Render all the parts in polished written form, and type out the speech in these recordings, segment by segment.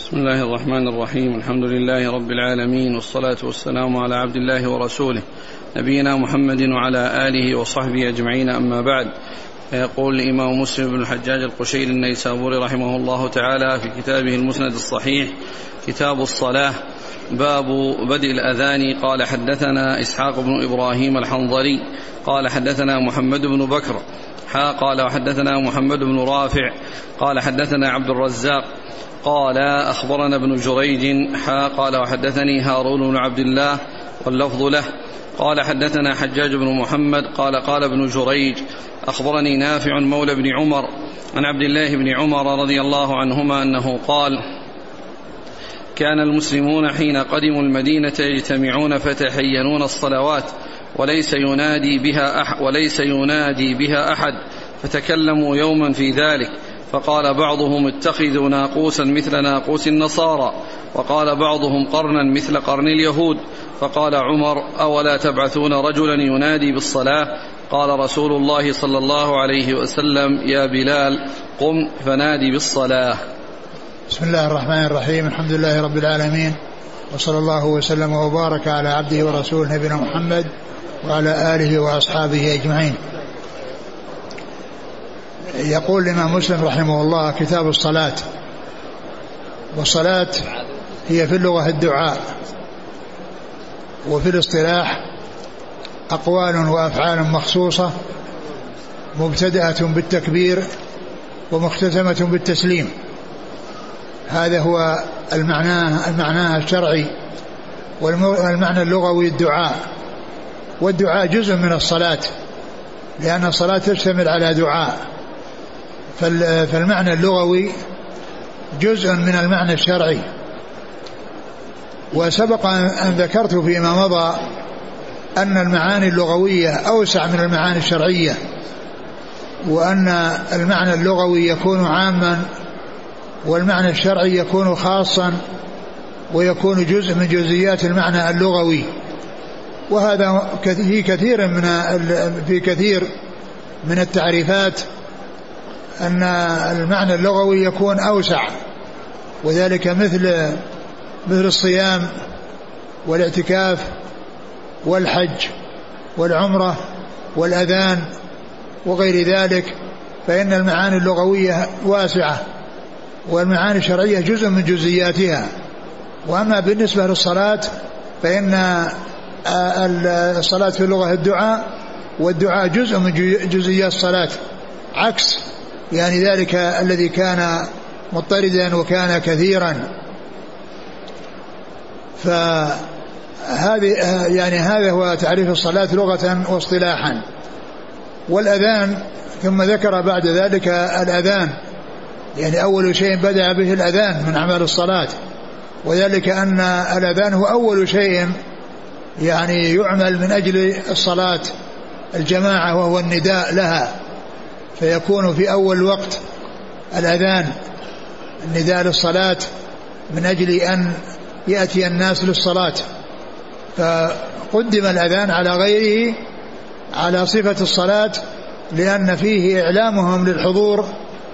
بسم الله الرحمن الرحيم. الحمد لله رب العالمين، والصلاة والسلام على عبد الله ورسوله نبينا محمد وعلى آله وصحبه أجمعين، أما بعد. يقول الإمام مسلم بن الحجاج القشيري النيسابوري رحمه الله تعالى في كتابه المسند الصحيح كتاب الصلاة، باب بدء الأذان. قال حدثنا إسحاق بن إبراهيم الحنظلي قال حدثنا محمد بن بكر قال وحدثنا محمد بن رافع قال حدثنا عبد الرزاق قال أخبرنا ابن جريج قال وحدثني هارون بن عبد الله واللفظ له قال حدثنا حجاج بن محمد قال ابن جريج أخبرني نافع مولى بن عمر عن عبد الله بن عمر رضي الله عنهما أنه قال: كان المسلمون حين قدموا المدينة يجتمعون فتحينون الصلوات وليس ينادي بها أحد، فتكلموا يوما في ذلك، فقال بعضهم: اتخذوا ناقوسا مثل ناقوس النصارى، وقال بعضهم: قرنا مثل قرن اليهود. فقال عمر: أولا تبعثون رجلا ينادي بالصلاة؟ قال رسول الله صلى الله عليه وسلم: يا بلال قم فنادي بالصلاة. بسم الله الرحمن الرحيم. الحمد لله رب العالمين، وصلى الله وسلم وبارك على عبده ورسوله نبينا محمد وعلى آله وأصحابه أجمعين. يقول الإمام مسلم رحمه الله: كتاب الصلاة. والصلاة هي في اللغة الدعاء، وفي الاصطلاح أقوال وأفعال مخصوصة مبتدأة بالتكبير ومختتمة بالتسليم. هذا هو المعنى الشرعي، والمعنى اللغوي الدعاء. والدعاء جزء من الصلاة، لأن الصلاة تشتمل على دعاء، فالمعنى اللغوي جزء من المعنى الشرعي. وسبق أن ذكرت فيما مضى أن المعاني اللغوية أوسع من المعاني الشرعية، وأن المعنى اللغوي يكون عاما والمعنى الشرعي يكون خاصا، ويكون جزء من جزئيات المعنى اللغوي. وهذا في كثير من التعريفات أن المعنى اللغوي يكون أوسع، وذلك مثل الصيام والاعتكاف والحج والعمرة والأذان وغير ذلك، فإن المعاني اللغوية واسعة، والمعاني الشرعية جزء من جزئياتها. وأما بالنسبة للصلاة فإن الصلاة في اللغة الدعاء، والدعاء جزء من جزئيات الصلاة، عكس يعني ذلك الذي كان مضطردا وكان كثيرا. هذا هو تعريف الصلاة لغة واصطلاحا. والأذان، ثم ذكر بعد ذلك الأذان، يعني أول شيء بدأ به الأذان من أعمال الصلاة، وذلك أن الأذان هو أول شيء يعني يعمل من أجل الصلاة الجماعة، وهو النداء لها، فيكون في أول وقت الأذان النداء للصلاة من أجل أن يأتي الناس للصلاة، فقدم الأذان على غيره على صفة الصلاة، لأن فيه إعلامهم للحضور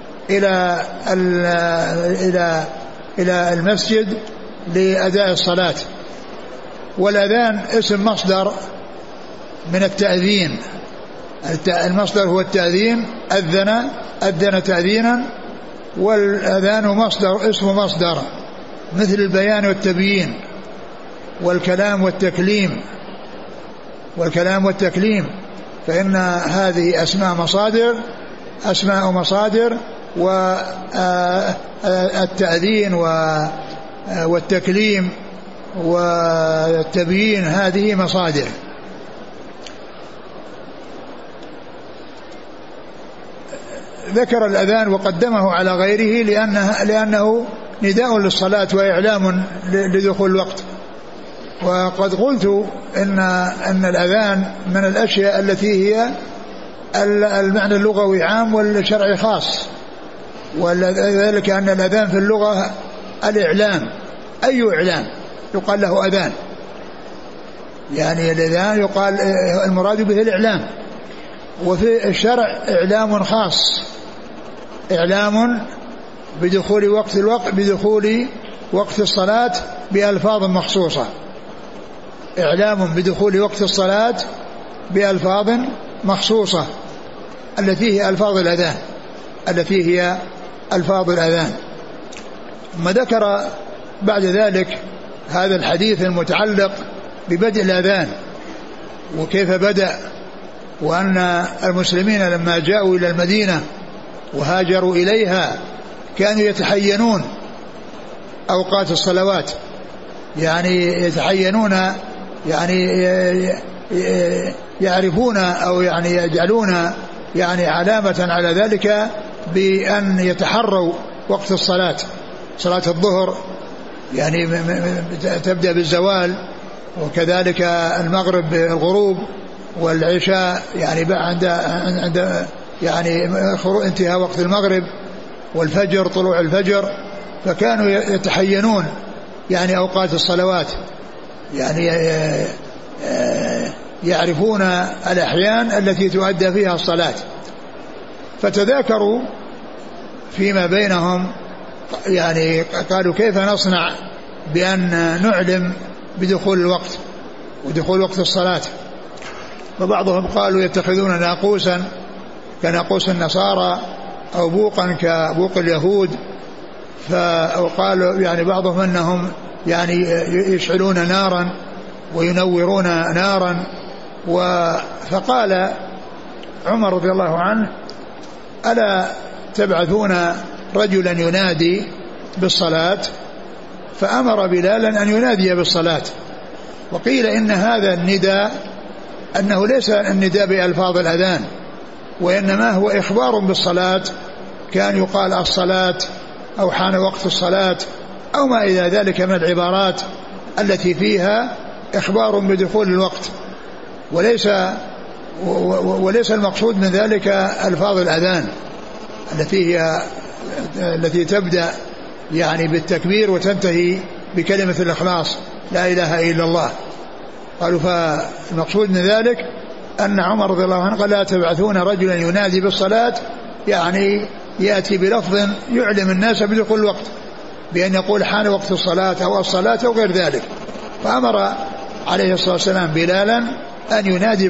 إلى المسجد لأداء الصلاة. والأذان اسم مصدر من التأذين، المصدر هو التأذين، أذن تأذينا، والأذان مصدر اسم مصدر، مثل البيان والتبيين والكلام والتكليم، فإن هذه أسماء مصادر، والتأذين والتكليم والتبيين هذه مصادر. ذكر الأذان وقدمه على غيره لأنه نداء للصلاة وإعلام لدخول الوقت. وقد قلت إن الأذان من الأشياء التي هي المعنى اللغوي عام والشرعي خاص، وذلك أن الأذان في اللغة الإعلام، أي إعلام يقال له أذان، يعني الأذان يقال المراد به الإعلام. وفي الشرع إعلام خاص، إعلام بدخول وقت الوقت، بدخول وقت الصلاة بألفاظ مخصوصة، إعلام بدخول وقت الصلاة بألفاظ مخصوصة التي هي ألفاظ الأذان. ثم ذكر بعد ذلك هذا الحديث المتعلق ببدء الأذان وكيف بدأ، وأن المسلمين لما جاءوا إلى المدينة وهاجروا إليها كانوا يتحينون أوقات الصلوات، يعني يتحينون، يعني يعرفون أو يعني يجعلون يعني علامة على ذلك بأن يتحروا وقت الصلاة. صلاة الظهر يعني تبدأ بالزوال، وكذلك المغرب بالغروب، والعشاء يعني عند يعني انتهاء وقت المغرب، والفجر طلوع الفجر. فكانوا يتحينون يعني أوقات الصلوات، يعني يعرفون الأحيان التي تؤدى فيها الصلاة. فتذاكروا فيما بينهم، يعني قالوا كيف نصنع بأن نعلم بدخول الوقت ودخول وقت الصلاة. فبعضهم قالوا يتخذون ناقوسا كناقوس النصارى أو بوقا كبوق اليهود، أو قالوا يعني بعضهم أنهم يعني يشعلون نارا وينورون نارا. فقال عمر رضي الله عنه: ألا تبعثون رجلا ينادي بالصلاة؟ فأمر بلالا أن ينادي بالصلاة. وقيل إن هذا النداء أنه ليس النداء بألفاظ الأذان، وإنما هو إخبار بالصلاة، كان يقال الصلاة أو حان وقت الصلاة أو ما إلى ذلك من العبارات التي فيها إخبار بدخول الوقت، وليس المقصود من ذلك ألفاظ الأذان التي تبدأ يعني بالتكبير وتنتهي بكلمة الإخلاص لا إله إلا الله. قالوا فالمقصود من ذلك أن عمر رضي الله عنه قال: لا تبعثون رجلا ينادي بالصلاة، يعني يأتي بلفظ يعلم الناس بدخول الوقت، بأن يقول حان وقت الصلاة أو الصلاة أو غير ذلك. فأمر عليه الصلاة والسلام بلالا أن ينادي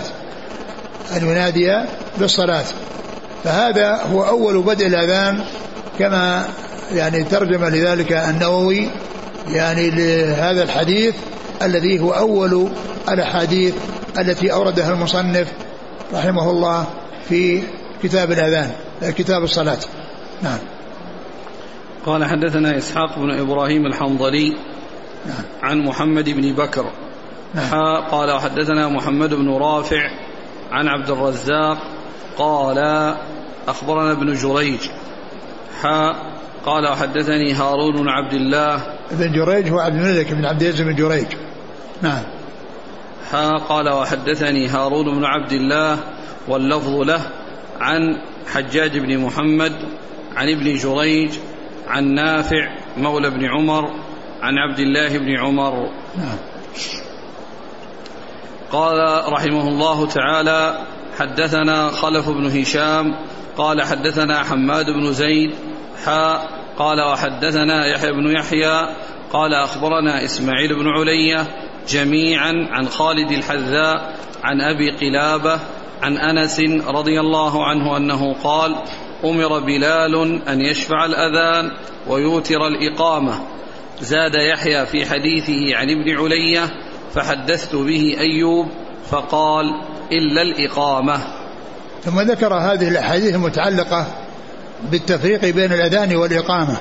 بالصلاة. فهذا هو أول بدء الأذان، كما يعني ترجم لذلك النووي يعني لهذا الحديث الذي هو أول الأحاديث التي أوردها المصنف رحمه الله في كتاب الأذان، كتاب الصلاة. نعم. قال: حدثنا إسحاق بن إبراهيم الحنظلي عن محمد بن بكر. قال: وحدثنا محمد بن رافع عن عبد الرزاق قال: أخبرنا ابن جريج. قال: وحدثني هارون بن عبد الله. ابن جريج هو عبد الملك بن عبد العزيز بن جريج. نعم. قال: وحدثني هارون بن عبد الله واللفظ له عن حجاج بن محمد عن ابن جريج عن نافع مولى بن عمر عن عبد الله بن عمر. نعم. قال رحمه الله تعالى: حدثنا خلف بن هشام قال: حدثنا حماد بن زيد قال: وحدثنا يحيى بن يحيى قال: أخبرنا إسماعيل بن علية جميعا عن خالد الحذاء عن أبي قلابة عن أنس رضي الله عنه أنه قال: أمر بلال أن يشفع الأذان ويوتر الإقامة. زاد يحيى في حديثه عن ابن علية: فحدثت به أيوب فقال: إلا الإقامة. ثم ذكر هذه الأحاديث المتعلقة بالتفريق بين الأذان والإقامة.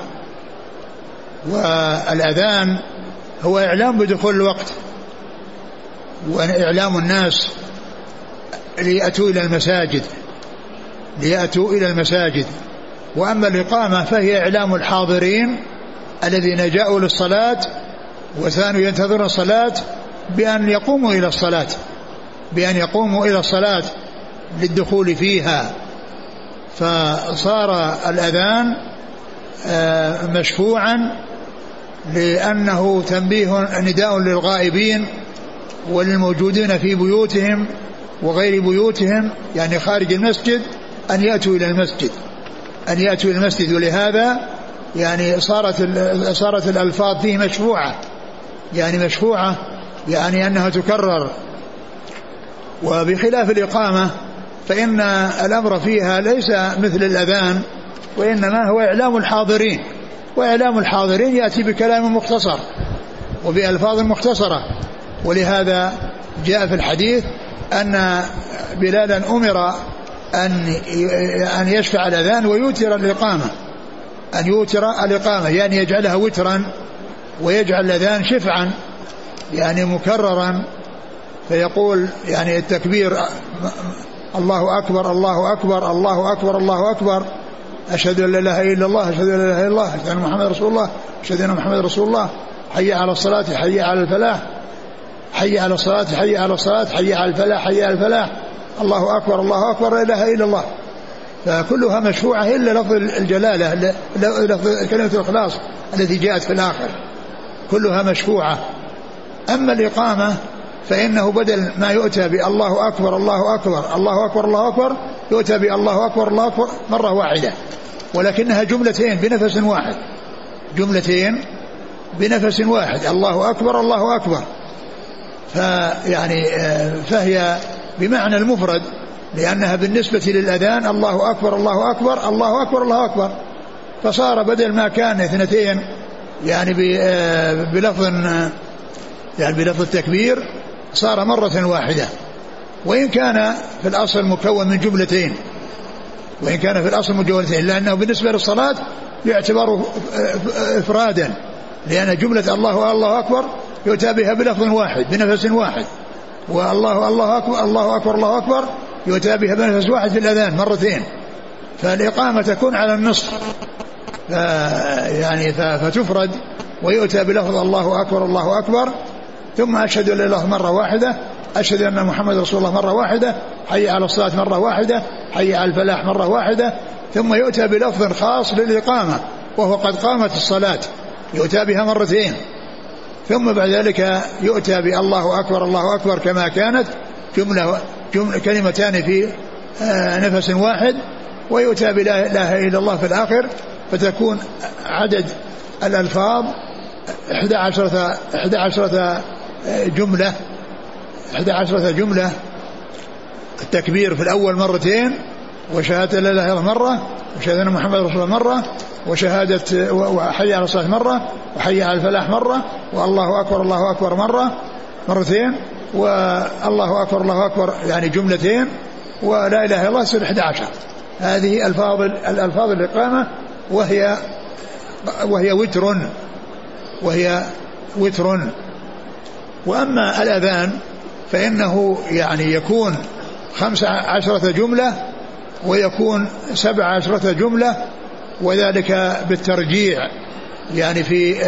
والأذان هو إعلام بدخول الوقت وإعلام الناس ليأتوا إلى المساجد. وأما الإقامة فهي إعلام الحاضرين الذين جاءوا للصلاة وكانوا ينتظرون الصلاة بأن يقوموا إلى الصلاة للدخول فيها. فصار الأذان مشفوعا لأنه تنبيه نداء للغائبين وللموجودين في بيوتهم وغير بيوتهم، يعني خارج المسجد، أن يأتوا إلى المسجد. ولهذا يعني صارت الألفاظ فيه مشفوعة، يعني أنها تكرر. وبخلاف الإقامة فإن الأمر فيها ليس مثل الأذان، وإنما هو إعلام الحاضرين، وإعلام الحاضرين يأتي بكلام مختصر وبألفاظ مختصرة. ولهذا جاء في الحديث أن بلالا أمر أن يشفع الأذان ويوتر الإقامة، يعني يجعلها وترا ويجعل الأذان شفعا يعني مكررا، فيقول يعني التكبير الله أكبر الله أكبر الله أكبر الله أكبر، أشهد أن لا إله إلا الله، أشهد أن لا إله إلا الله، أشهد أن محمد رسول الله، أشهد أن محمد رسول الله، حي على الصلاة حي على الفلاح، حي على الصلاة حي على الصلاة، حي على الفلاح حي على الفلاح، الله أكبر الله أكبر لا إله إلا الله. فكلها مشروعة إلا لفظ الجلالة، لفظ كلمة الإخلاص التي جاءت في الآخر كلها مشروعة. أما الإقامة فإنه بدل ما يؤتى بالله أكبر الله أكبر الله أكبر الله أكبر يؤتى بالله أكبر الله أكبر مرة واحدة، ولكنها جملتين بنفس واحد الله أكبر الله أكبر، فهي بمعنى المفرد، لأنها بالنسبة للأذان الله أكبر الله أكبر الله أكبر الله أكبر، فصار بدل ما كان اثنتين يعني بلفظ التكبير صار مرة واحدة، وإن كان في الأصل مكون من جملتين، لأنه بالنسبة للصلاة يعتبر إفرادا، لأن جملة الله أكبر يؤتى بها بلفظ واحد بنفس واحد، والله أكبر الله أكبر الله أكبر يؤتى بها بنفس واحد في الأذان مرتين، فالإقامة تكون على النصف فتفرد ويؤتى بلفظ الله أكبر الله أكبر، ثم أشهد أن لا إله إلا الله مرة واحدة، أشهد أن محمد رسول الله مرة واحدة، حي على الصلاة مرة واحدة، حي على الفلاح مرة واحدة، ثم يؤتى بلفظ خاص للإقامة وهو قد قامت الصلاة يؤتى بها مرتين، ثم بعد ذلك يؤتى بالله أكبر الله أكبر كما كانت كلمتان في نفس واحد، ويؤتى بلا إله إلا الله في الآخر، فتكون عدد الألفاظ 11 جملة، التكبير في الأول مرتين، وشهادة لا إله إلا الله مرة، وشهادة أن محمد رسول الله مرة، وشهادة وحي على الصلاة مرة، وحي على الفلاح مرة، والله أكبر الله أكبر مرتين، والله أكبر الله أكبر يعني جملتين، ولا إله إلا الله سنة 11. هذه الألفاظ الإقامة وهي وتر. وأما الأذان فإنه يعني يكون 15 جملة ويكون 17 جملة، وذلك بالترجيع يعني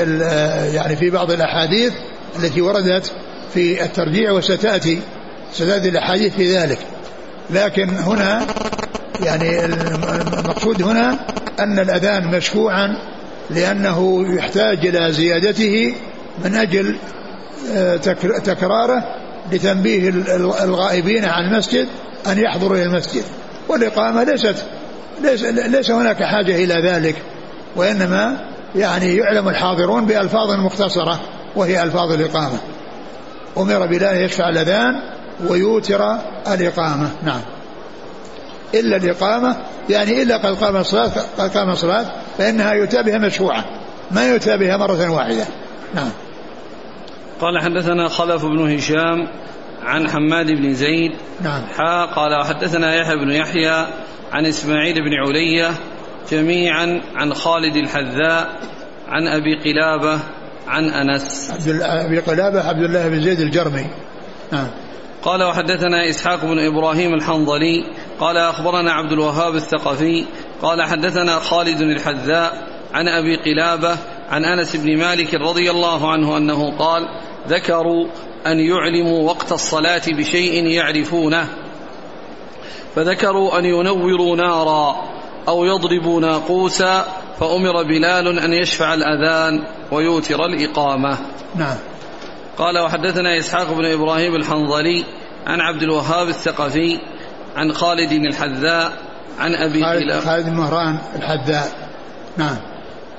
في بعض الأحاديث التي وردت في الترجيع، وستأتي الأحاديث في ذلك. لكن هنا يعني المقصود هنا أن الأذان مشفوعا لأنه يحتاج إلى زيادته من أجل تكراره لتنبيه الغائبين عن المسجد أن يحضروا إلى المسجد. والإقامة ليس هناك حاجة إلى ذلك، وإنما يعني يعلم الحاضرون بألفاظ مختصرة وهي ألفاظ الإقامة. أمر بلال يشفع الأذان ويوتر الإقامة. نعم. إلا الإقامة يعني إلا قد قام الصلاة فإنها يؤتى بها مشروعة، ما يؤتى بها مرة واحدة. نعم. قال حدثنا خلف بن هشام عن حماد بن زيد. نعم. قال حدثنا يحيى بن يحيى عن إسماعيل بن علية جميعا عن خالد الحذاء عن أبي قلابة عن أنس. أبي قلابة عبد الله بن زيد الجرمي. نعم. قال وحدثنا إسحاق بن إبراهيم الحنظلي قال أخبرنا عبد الوهاب الثقفي قال حدثنا خالد الحذاء عن أبي قلابة عن أنس بن مالك رضي الله عنه أنه قال ذكروا أن يعلموا وقت الصلاة بشيء يعرفونه، فذكروا أن ينوروا نارا أو يضربوا ناقوسا، فأمر بلال أن يشفع الأذان ويوتر الإقامة. نعم. قال وحدثنا إسحاق بن إبراهيم الحنظلي عن عبد الوهاب الثقفي عن خالد الحذاء عن أبي خالد بن مهران الحذاء. نعم.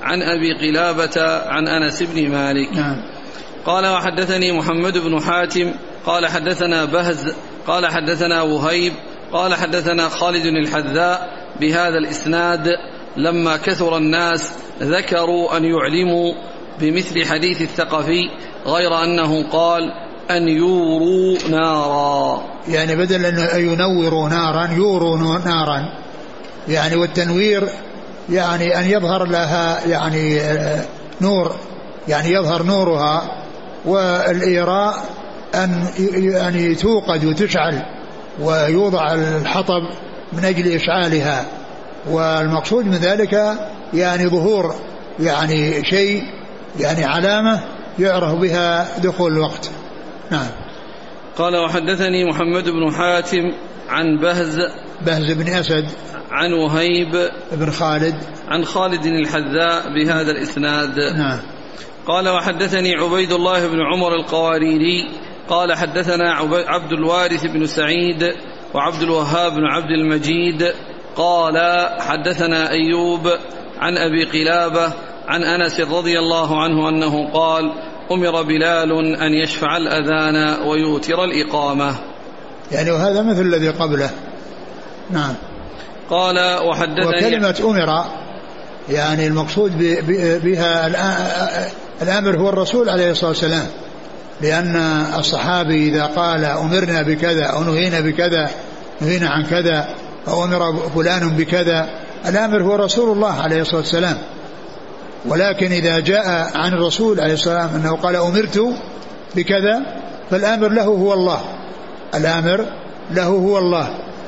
عن أبي قلابة عن أنس بن مالك. قال وحدثني محمد بن حاتم قال حدثنا بهز قال حدثنا وهيب قال حدثنا خالد الحذاء بهذا الإسناد لما كثر الناس ذكروا أن يعلموا بمثل حديث الثقفي غير أنه قال أن يوروا نارا، يعني بدل أن ينوروا نارا يوروا نارا، يعني والتنوير يعني أن يظهر لها يعني نور، يعني يظهر نورها، والإيراء أن توقد وتشعل ويوضع الحطب من أجل إشعالها، والمقصود من ذلك يعني ظهور يعني شيء يعني علامة يعرف بها دخول الوقت. نعم. قال وحدثني محمد بن حاتم عن بهز بن أسد عن وهيب بن خالد عن خالد الحذاء بهذا الإسناد. نعم. قال وحدثني عبيد الله بن عمر القواريري قال حدثنا عبد الوارث بن سعيد وعبد الوهاب بن عبد المجيد قال حدثنا أيوب عن أبي قلابة عن أنس رضي الله عنه أنه قال أمر بلال أن يشفع الأذان ويوتر الإقامة، يعني وهذا مثل الذي قبله. نعم. قال وحدثني وكلمة أمر يعني المقصود بها الآمر هو الرسول عليه الصلاة والسلام، لأن الصحابي إذا قال أمرنا بكذا أو نهينا بكذا نهينا عن كذا أو أمر فلان بكذا، الآمر هو رسول الله عليه الصلاة والسلام. ولكن إذا جاء عن الرسول عليه الصلاة والسلام أنه قال أمرت بكذا فالآمر له هو الله، الآمر له هو الله،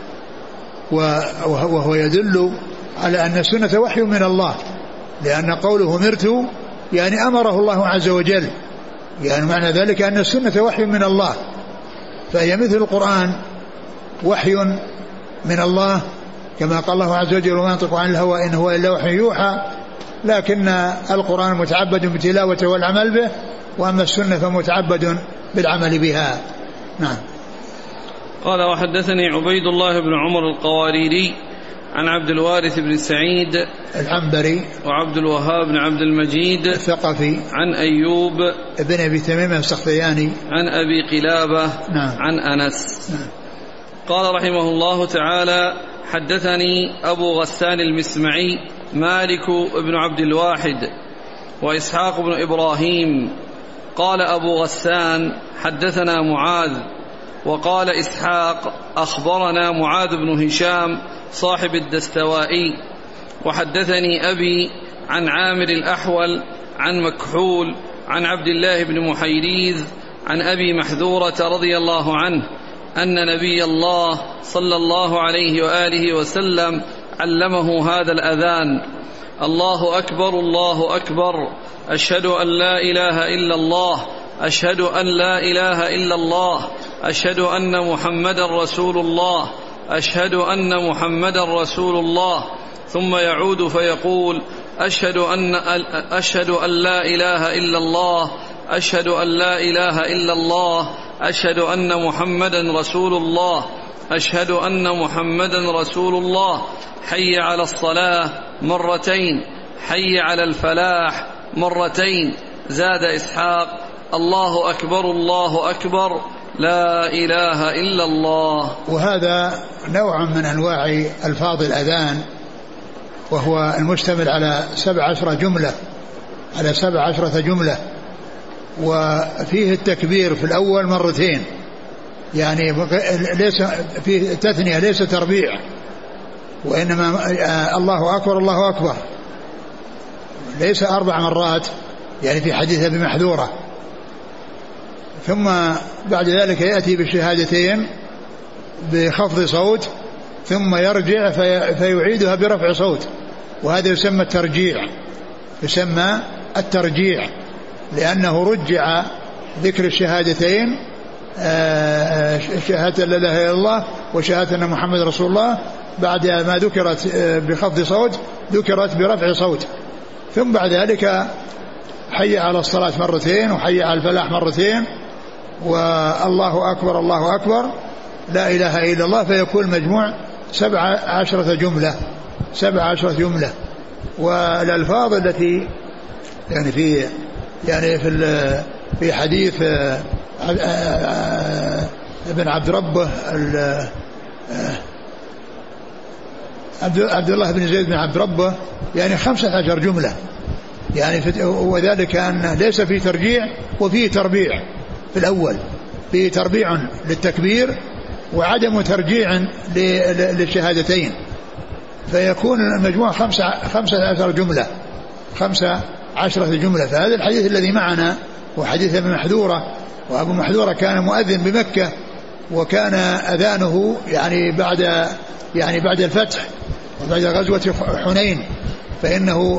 وهو يدل على أن السنة وحي من الله، لأن قوله أمرت يعني أمره الله عز وجل، يعني معنى ذلك أن السنة وحي من الله، فهي مثل القرآن وحي من الله، كما قال الله عز وجل وما ينطق عن الهوى إن هو إلا وحي يوحى، لكن القرآن متعبد بتلاوته والعمل به، وأما السنة فمتعبد بالعمل بها. نعم. قال وحدثني عبيد الله بن عمر القواريري عن عبد الوارث بن سعيد العنبري وعبد الوهاب بن عبد المجيد الثقفي عن أيوب ابن أبي تميم السختياني عن أبي قلابة نعم. عن أنس. نعم. قال رحمه الله تعالى حدثني أبو غسان المسمعي مالك بن عبد الواحد وإسحاق بن إبراهيم. قال أبو غسان حدثنا معاذ، وقال إسحاق أخبرنا معاذ بن هشام صاحب الدستوائي، وحدثني أبي عن عامر الأحول عن مكحول عن عبد الله بن محيريز عن أبي محذورة رضي الله عنه أن نبي الله صلى الله عليه وآله وسلم علمه هذا الأذان: الله أكبر الله أكبر، أشهد أن لا إله إلا الله، أشهد أن لا إله إلا الله، أشهد أن محمدا رسول الله، أشهد أن محمدا رسول الله. ثم يعود فيقول: أشهد أن لا إله إلا الله، أشهد أن لا إله إلا الله، أشهد أن محمدا رسول الله، أشهد أن محمدا رسول الله. حي على الصلاة مرتين، حي على الفلاح مرتين. زاد إسحاق: الله أكبر الله أكبر، لا إله إلا الله. وهذا نوع من أنواع ألفاظ الأذان، وهو المشتمل على 17 جملة، على 17 جملة، وفيه التكبير في الأول مرتين، يعني ليس فيه تثنية، ليس تربيع، وإنما الله أكبر الله أكبر، ليس 4 مرات يعني في حديث أبي محذورة. ثم بعد ذلك يأتي بالشهادتين بخفض صوت، ثم يرجع فيعيدها برفع صوت، وهذا يسمى الترجيع، يسمى الترجيع، لأنه رجع ذكر الشهادتين، شهادة لا إله إلا الله وشهادة أن محمد رسول الله، بعد ما ذكرت بخفض صوت ذكرت برفع صوت. ثم بعد ذلك حي على الصلاة مرتين، وحي على الفلاح مرتين، والله أكبر الله أكبر، لا إله إلا الله، فيكون مجموع 17 جملة، 17 جملة. والألفاظ التي يعني في حديث ابن عبد ربه عبد الله بن زيد بن عبد ربه يعني 15 جملة يعني، وذلك أنه ليس في ترجيع وفيه تربيع. في الأول فيه تربيع للتكبير وعدم ترجيع للشهادتين، فيكون المجموع 15 جملة 15 جملة. فهذا الحديث الذي معنا وحديث ابن محذورة، وأبو محذورة كان مؤذن بمكة، وكان أذانه يعني بعد الفتح وبعد غزوة حنين، فإنه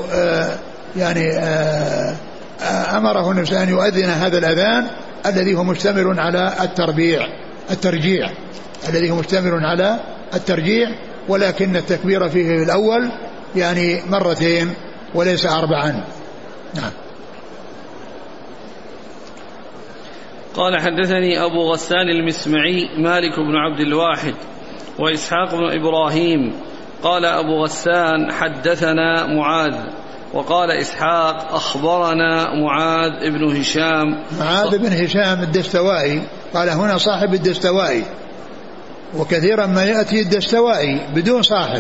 أمره النبي أن يؤذن هذا الأذان الذي هو مشتمل على الترجيع الذي هو مشتمل على الترجيع، ولكن التكبير فيه في الأول يعني مرتين وليس 4. نعم. قال حدثني أبو غسان المسمعي مالك بن عبد الواحد وإسحاق بن إبراهيم. قال أبو غسان حدثنا معاذ، وقال إسحاق أخبرنا معاذ بن هشام. معاذ بن هشام الدستوائي، قال هنا صاحب الدستوائي، وكثيرا ما يأتي الدستوائي بدون صاحب.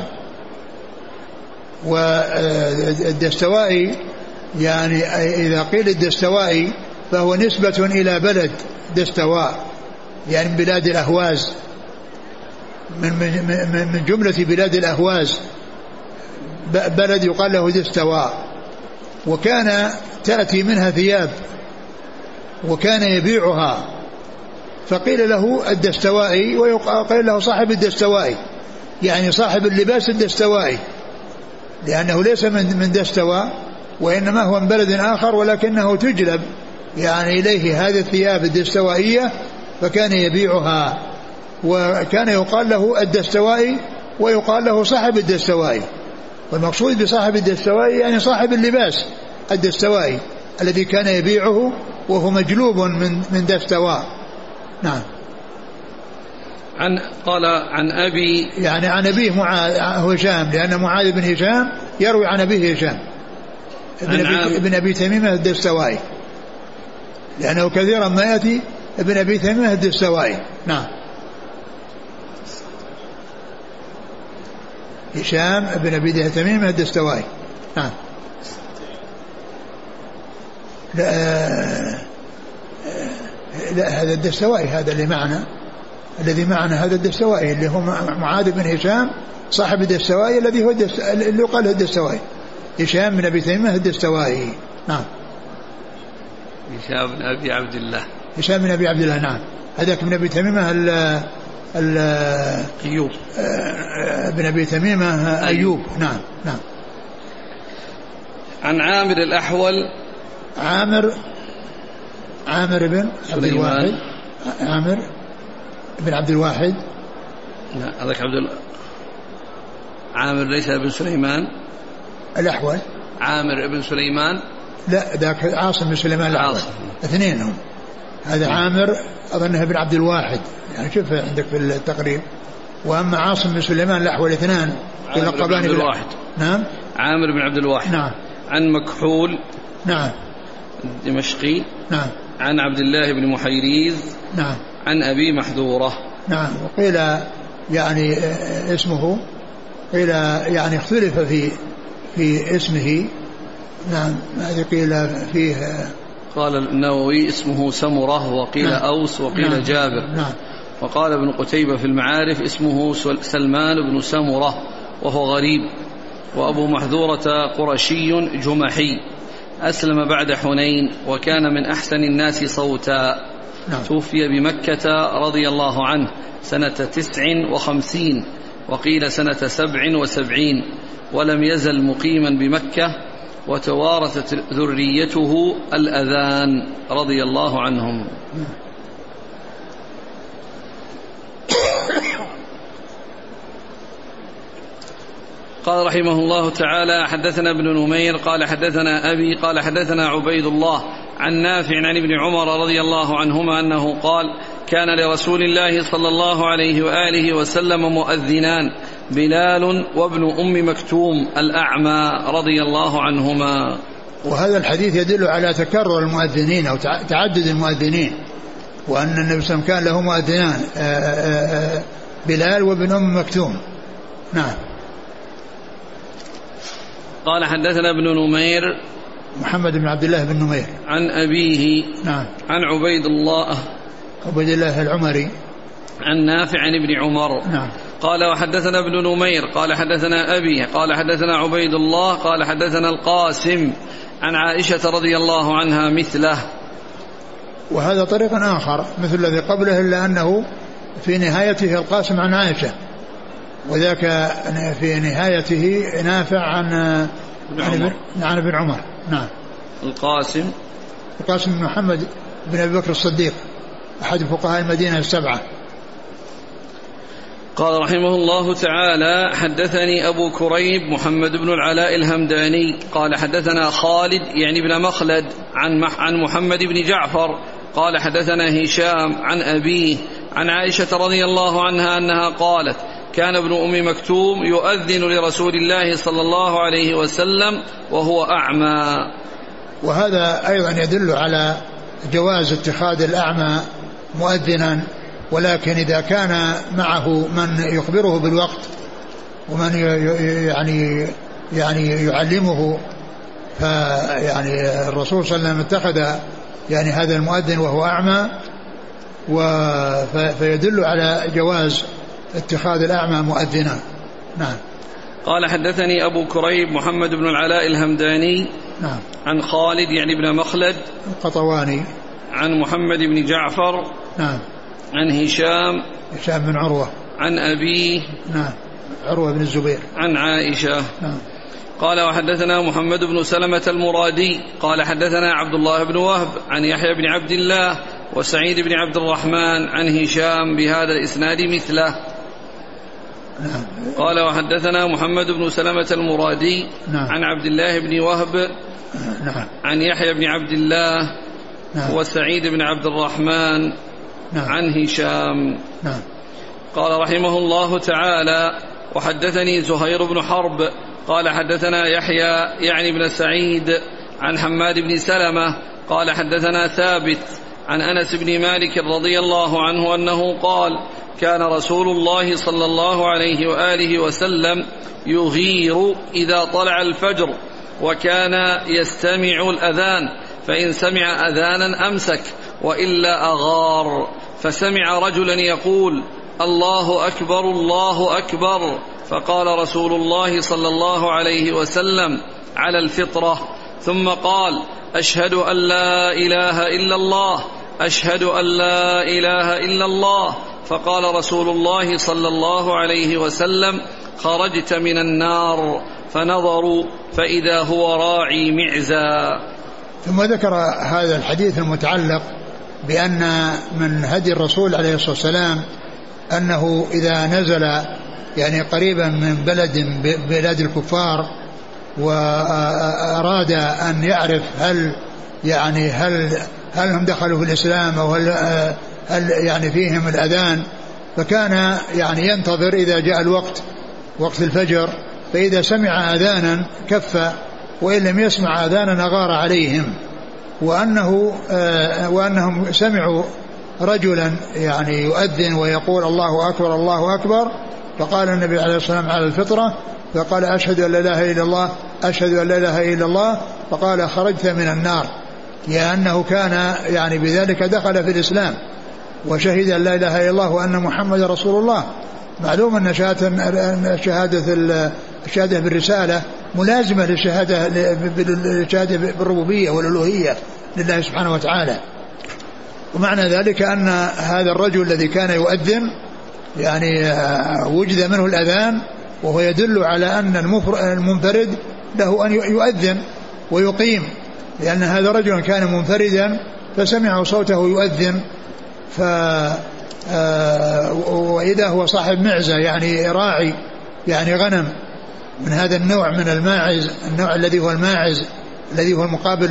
والدستوائي يعني إذا قيل الدستوائي فهو نسبة إلى بلد دستواء، يعني من بلاد الأهواز، من جملة بلاد الأهواز بلد يقال له دستواء، وكان تأتي منها ثياب وكان يبيعها، فقيل له الدستوائي، وقيل له صاحب الدستوائي، يعني صاحب اللباس الدستوائي، لأنه ليس من دستواء وإنما هو من بلد آخر، ولكنه تجلب يعني إليه هذه الثياب الدستوائية فكان يبيعها، وكان يقال له الدستوائي ويقال له صاحب الدستوائي. والمقصود بصاحب الدستوائي يعني صاحب اللباس الدستوائي الذي كان يبيعه وهو مجلوب من دستواء. نعم. قال عن أبي، يعني عن أبيه هشام، لأن معاذ بن هشام يروي عن أبيه هشام ابن أبي تميمة الدستوائي، لأنه كثيرا ما يأتي ابن أبي تميمة الدستوائي. نعم. هشام ابن أبي تميمة الدستوائي. نعم. لا هذا الدستوائي، هذا الذي معنا هذا الدستوائي اللي هو معاذ بن هشام صاحب الدستوائي الذي هو اللي يقال له الدستوائي، هشام بن أبي تميمة الدستوائي. نعم. هشام بن أبي عبد الله، هشام بن أبي عبد الله. نعم. هذاك بن أبي تميمة أيوب بن أبي تميمة أيوب. نعم. نعم. عن عامر الأحول، عامر بن عبد الواحد، عامر بن عبد الواحد. لا هذاك عامر ليس ابن سليمان الأحول، عامر ابن سليمان، لا ذاك عاصم بن سليمان الأحول، اثنين هم. هذا عامر أظنه ابن عبد الواحد، يعني شوف عندك في التقريب. وأما عاصم بن سليمان الأحول اثنان يلقبان بالواحد. نعم. عامر بن عبد الواحد. نعم. عن مكحول. نعم. دمشقي. نعم. عن عبد الله بن محيريز. نعم. عن أبي محذورة. نعم. وقيل يعني اسمه، قيل يعني اختلف في اسمه. نعم. هذه قيل فيه، قال النووي اسمه سمرة، وقيل نعم. أوس، وقيل نعم. جابر. نعم. وقال ابن قتيبة في المعارف اسمه سلمان بن سمرة وهو غريب. وأبو محذورة قرشي جمحي، أسلم بعد حنين، وكان من أحسن الناس صوتا. نعم. توفي بمكة رضي الله عنه سنة 59، وقيل سنة 77، ولم يزل مقيما بمكة، وتوارثت ذريته الأذان رضي الله عنهم. قال رحمه الله تعالى: حدثنا ابن نمير قال حدثنا أبي قال حدثنا عبيد الله عن نافع عن ابن عمر رضي الله عنهما أنه قال: كان لرسول الله صلى الله عليه وآله وسلم مؤذنان، بلال وابن أم مكتوم الأعمى رضي الله عنهما. وهذا الحديث يدل على تكرر المؤذنين أو تعدد المؤذنين، وأن النبي صلى الله عليه وسلم كان له مؤذنان بلال وابن أم مكتوم. نعم. قال حدثنا ابن نمير محمد بن عبد الله بن نمير عن أبيه نعم عن عبيد الله العمري عن نافع عن ابن عمر نعم. قال وحدثنا ابن نمير قال حدثنا أبي قال حدثنا عبيد الله قال حدثنا القاسم عن عائشة رضي الله عنها مثله. وهذا طريق آخر مثل الذي قبله، إلا أنه في نهايته القاسم عن عائشة، وذاك في نهايته نافع عن ابن عمر. نعم. القاسم بن محمد بن أبي بكر الصديق أحد فقهاء المدينة السبعة. قال رحمه الله تعالى حدثني أبو كريب محمد بن العلاء الهمداني قال حدثنا خالد يعني بن مخلد عن محمد بن جعفر قال حدثنا هشام عن أبيه عن عائشة رضي الله عنها أنها قالت كان ابن أم مكتوم يؤذن لرسول الله صلى الله عليه وسلم وهو أعمى. وهذا أيضا يدل على جواز اتخاذ الأعمى مؤذنا، ولكن إذا كان معه من يخبره بالوقت ومن يعني يعلمه، فيعني الرسول صلى الله عليه وسلم اتخذ يعني هذا المؤذن وهو أعمى، فيدل على جواز اتخاذ الأعمى مؤذنا. نعم. قال حدثني أبو كريب محمد بن العلاء الهمداني نعم. عن خالد يعني بن مخلد القطواني عن محمد بن جعفر نعم. عن هشام بن عروة عن أبيه نعم عروة بن الزبير عن عائشة. نعم. قال وحدثنا محمد بن سلمة المرادي قال حدثنا عبد الله بن وهب عن يحيى بن عبد الله وسعيد بن عبد الرحمن عن هشام بهذا الإسناد مثله. نعم. قال وحدثنا محمد بن سلمة المرادي نعم. عن عبد الله بن وهب نعم. عن يحيى بن عبد الله نعم. وسعيد بن عبد الرحمن نعم. عن هشام. نعم. قال رحمه الله تعالى وحدثني زهير بن حرب قال حدثنا يحيى يعني بن سعيد عن حماد بن سلمة قال حدثنا ثابت عن أنس بن مالك رضي الله عنه أنه قال كان رسول الله صلى الله عليه وآله وسلم يغير إذا طلع الفجر، وكان يستمع الأذان، فإن سمع أذانا أمسك وإلا أغار، فسمع رجلا يقول الله أكبر الله أكبر، فقال رسول الله صلى الله عليه وسلم على الفطرة، ثم قال أشهد أن لا إله إلا الله أشهد أن لا إله إلا الله، فقال رسول الله صلى الله عليه وسلم خرجت من النار، فنظروا فإذا هو راعي معزى. ثم ذكر هذا الحديث المتعلق بأن من هدي الرسول عليه الصلاة والسلام أنه إذا نزل يعني قريبا من بلاد الكفار وأراد أن يعرف هل هم دخلوا في الإسلام أو هل يعني فيهم الأذان، فكان يعني ينتظر إذا جاء الوقت وقت الفجر، فإذا سمع أذانا كف، وإن لم يسمع أذانا أغار عليهم، وأنهم سمعوا رجلا يعني يؤذن ويقول الله أكبر الله أكبر، فقال النبي عليه الصلاة والسلام على الفطرة، فقال أشهد أن لا إله إلا الله أشهد أن لا إله إلا الله، فقال خرجت من النار، لأنه كان يعني بذلك دخل في الإسلام وشهد أن لا إله إلا الله وأن محمد رسول الله. معلوم أن الشهادة بالرسالة ملازمة للشهادة بالربوبية والألوهية لله سبحانه وتعالى، ومعنى ذلك أن هذا الرجل الذي كان يؤذن يعني وجد منه الأذان، وهو يدل على أن المنفرد له أن يؤذن ويقيم، لأن هذا رجل كان منفردا فسمعوا صوته يؤذن، وإذا هو صاحب معزة يعني راعي يعني غنم من هذا النوع من الماعز، النوع الذي هو الماعز الذي هو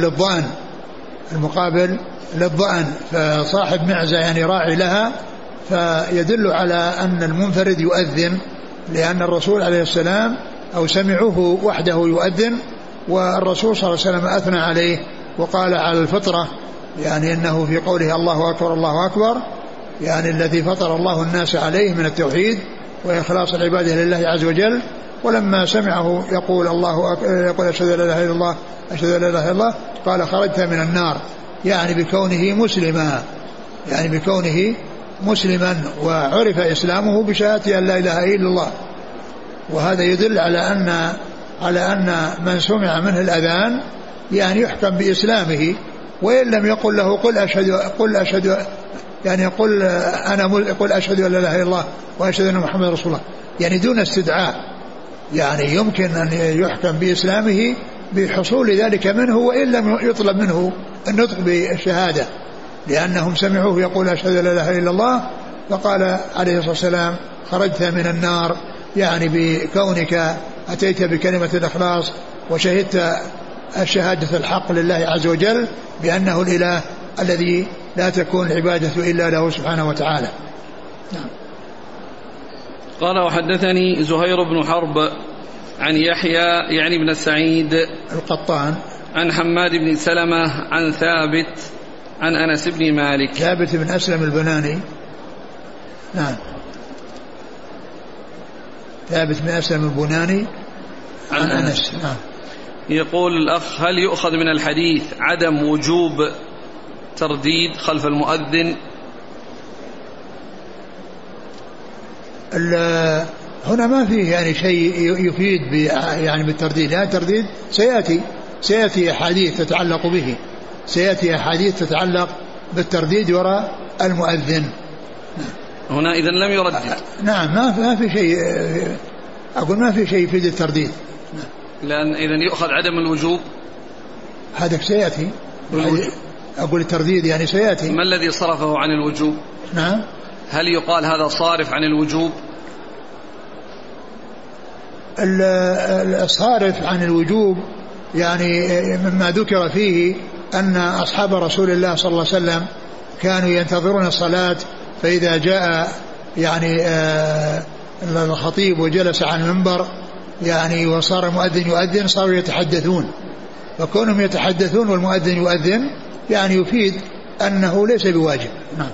المقابل للضأن، فصاحب معزة يعني راعي لها، فيدل على أن المنفرد يؤذن لأن الرسول عليه السلام أو سمعوه وحده يؤذن، والرسول صلى الله عليه وسلم أثنى عليه وقال على الفطرة، يعني أنه في قوله الله أكبر الله أكبر يعني الذي فطر الله الناس عليه من التوحيد وإخلاص العبادة لله عز وجل. ولما سمعه يقول يقول أشهد أن لا إله إلا الله أشهد أن لا إله إلا الله قال خرجت من النار، يعني بكونه مسلما وعرف إسلامه بشهادة أن لا إله إلا الله. وهذا يدل على أن من سمع منه الأذان يعني يحكم بإسلامه، وإن لم يقل له قل أشهد أن لا إله إلا الله وأشهد أن محمد رسول الله، يعني دون استدعاء، يعني يمكن أن يحكم بإسلامه بحصول ذلك منه وإن لم يطلب منه النطق بالشهادة، لأنهم سمعوه يقول أشهد أن لا إله إلا الله، فقال عليه الصلاة والسلام خرجت من النار، يعني بكونك أتيت بكلمة الإخلاص وشهدت الشهادة الحق لله عز وجل بأنه الإله الذي لا تكون العبادة إلا له سبحانه وتعالى. نعم. قال وحدثني زهير بن حرب عن يحيى يعني بن سعيد القطان عن حماد بن سلمة عن ثابت عن أنس بن مالك. ثابت بن أسلم البناني. نعم. ثابت بن أسلم البناني عن أنس. نعم. يقول الأخ هل يؤخذ من الحديث عدم وجوب ترديد خلف المؤذن؟ هنا ما فيه يعني شيء يفيد يعني بالترديد، يعني الترديد سيأتي أحاديث تتعلق به، سيأتي أحاديث تتعلق بالترديد وراء المؤذن. هنا إذن لم يردد. نعم ما في شيء، أقول ما في شيء يفيد الترديد. لأن إذن يؤخذ عدم الوجوب، هذا سيأتي. أقول الترديد يعني سيأتي. ما الذي صرفه عن الوجوب؟ نعم. هل يقال هذا صارف عن الوجوب؟ الصارف عن الوجوب يعني مما ذكر فيه أن أصحاب رسول الله صلى الله عليه وسلم كانوا ينتظرون الصلاة، فإذا جاء يعني الخطيب وجلس على المنبر يعني وصار المؤذن يؤذن صاروا يتحدثون، فكونهم يتحدثون والمؤذن يؤذن يعني يفيد أنه ليس بواجب. نعم.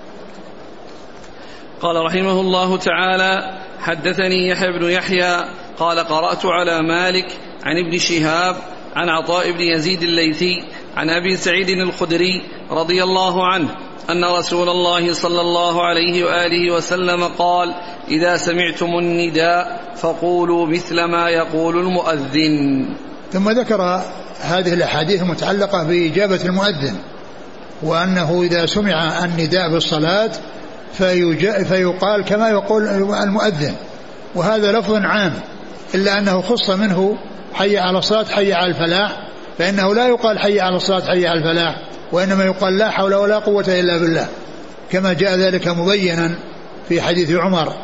قال رحمه الله تعالى حدثني يحيى بن يحيى قال قرأت على مالك عن ابن شهاب عن عطاء بن يزيد الليثي عن أبي سعيد الخدري رضي الله عنه أن رسول الله صلى الله عليه وآله وسلم قال إذا سمعتم النداء فقولوا مثل ما يقول المؤذن. ثم ذكر هذه الأحاديث المتعلقة بإجابة المؤذن، وأنه إذا سمع النداء بالصلاة فيقال كما يقول المؤذن، وهذا لفظ عام إلا أنه خص منه حي على الصلاة حي على الفلاح، فإنه لا يقال حي على الصلاة حي على الفلاح، وإنما يقال لا حول ولا قوة إلا بالله، كما جاء ذلك مبينا في حديث عمر.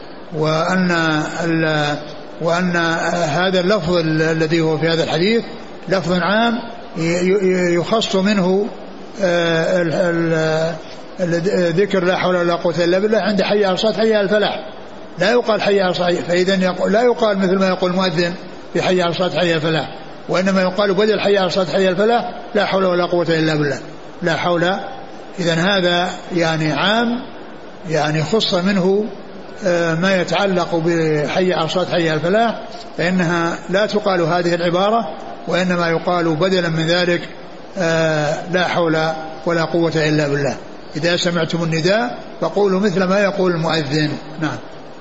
وأن هذا اللفظ الذي هو في هذا الحديث لفظ عام يخص منه ذكر لا حول ولا قوة إلا بالله عند حي على الصلاة حي على الفلاح، لا يقال حي على الصلاة، فإذا لا يقال مثل ما يقول المؤذن في حي على الصلاة حي على الفلاح، وإنما يقال بدل حي على الصلاة حي على الفلاح لا حول ولا قوة إلا بالله، لا حول. إذن هذا يعني عام، يعني خص منه ما يتعلق بحي على الصلاة حي على الفلاح، فإنها لا تقال هذه العبارة، وإنما يقال بدلا من ذلك لا حول ولا قوة إلا بالله. إذا سمعتم النداء فقولوا مثل ما يقول المؤذن. نعم.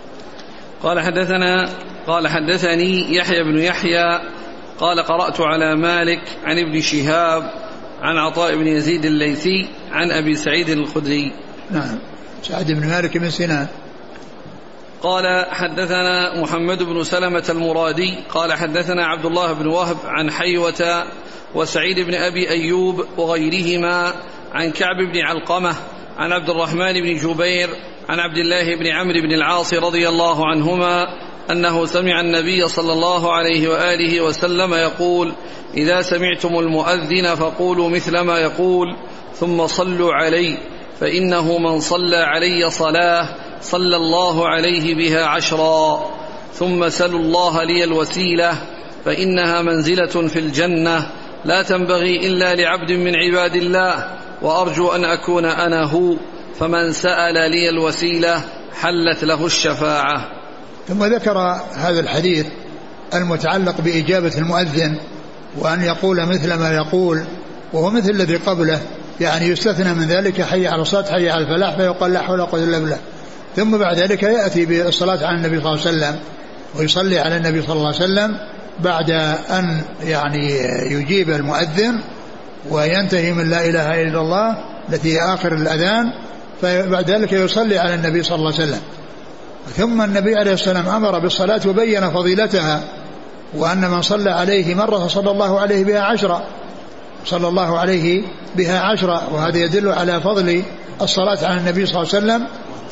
قال حدثني يحيى بن يحيى قال قرأت على مالك عن ابن شهاب عن عطاء بن يزيد الليثي عن أبي سعيد الخدري. نعم. سعد بن مالك بن سنان. قال حدثنا محمد بن سلمة المرادي قال حدثنا عبد الله بن وهب عن حيوة وسعيد بن أبي أيوب وغيرهما عن كعب بن علقمة عن عبد الرحمن بن جبير عن عبد الله بن عمرو بن العاص رضي الله عنهما أنه سمع النبي صلى الله عليه وآله وسلم يقول إذا سمعتم المؤذن فقولوا مثل ما يقول ثم صلوا علي فإنه من صلى علي صلاة صلى الله عليه بها 10 ثم سلوا الله لي الوسيلة فإنها منزلة في الجنة لا تنبغي إلا لعبد من عباد الله وأرجو أن أكون أنا هو، فمن سأل لي الوسيلة حلت له الشفاعة. ثم ذكر هذا الحديث المتعلق بإجابة المؤذن وأن يقول مثل ما يقول، وهو مثل الذي قبله، يعني يستثنى من ذلك حي على الصلاة حي على الفلاح، فيقال لا حول ولا قوة إلا بالله. ثم بعد ذلك يأتي بالصلاة على النبي صلى الله عليه وسلم ويصلي على النبي صلى الله عليه وسلم بعد أن يعني يجيب المؤذن وينتهي من لا إله إلا الله التي هي آخر الأذان، فبعد ذلك يصلي على النبي صلى الله عليه وسلم. ثم النبي عليه السلام أمر بالصلاة وبين فضيلتها، وأن من صلى عليه مرة صلى الله عليه بها 10، صلى الله عليه بها 10. وهذا يدل على فضل الصلاة على النبي صلى الله عليه وسلم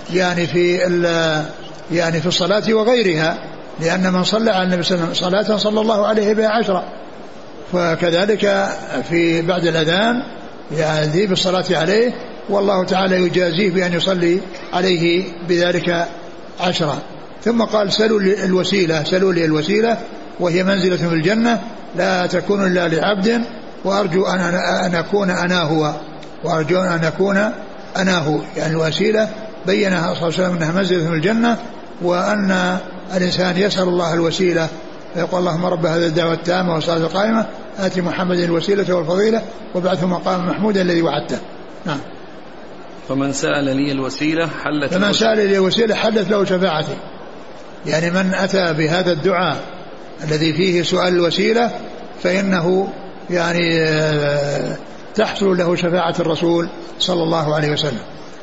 يعني في الصلاة وغيرها، لأن من صلى على النبي صلى الله عليه وسلم صلاة صلى الله عليه بها 10. فكذلك في بعد الأذان يأتي بالصلاة عليه، والله تعالى يجازيه بأن يصلي عليه بذلك 10. ثم قال سلوا لي الوسيلة، سلوا لي الوسيلة وهي منزلة في الجنة لا تكون إلا لعبد وأرجو أن أكون أنا هو، وأرجو أن أكون أنا هو. يعني الوسيلة بينها صلى الله عليه وسلم أنها منزلة في الجنة، وأن الإنسان يسأل الله الوسيلة فيقول اللهم رب هذا الدعوة التامة والصلاة القائمة آتي محمد الوسيلة والفضيلة وابعثه مقام محمودا الذي وعدته. نعم. فمن سأل لي الوسيلة حلت فمن سأل لي الوسيلة حلت له شفاعتي، يعني من أتى بهذا الدعاء الذي فيه سؤال الوسيلة فإنه يعني تحصل له شفاعة الرسول صلى الله عليه وسلم.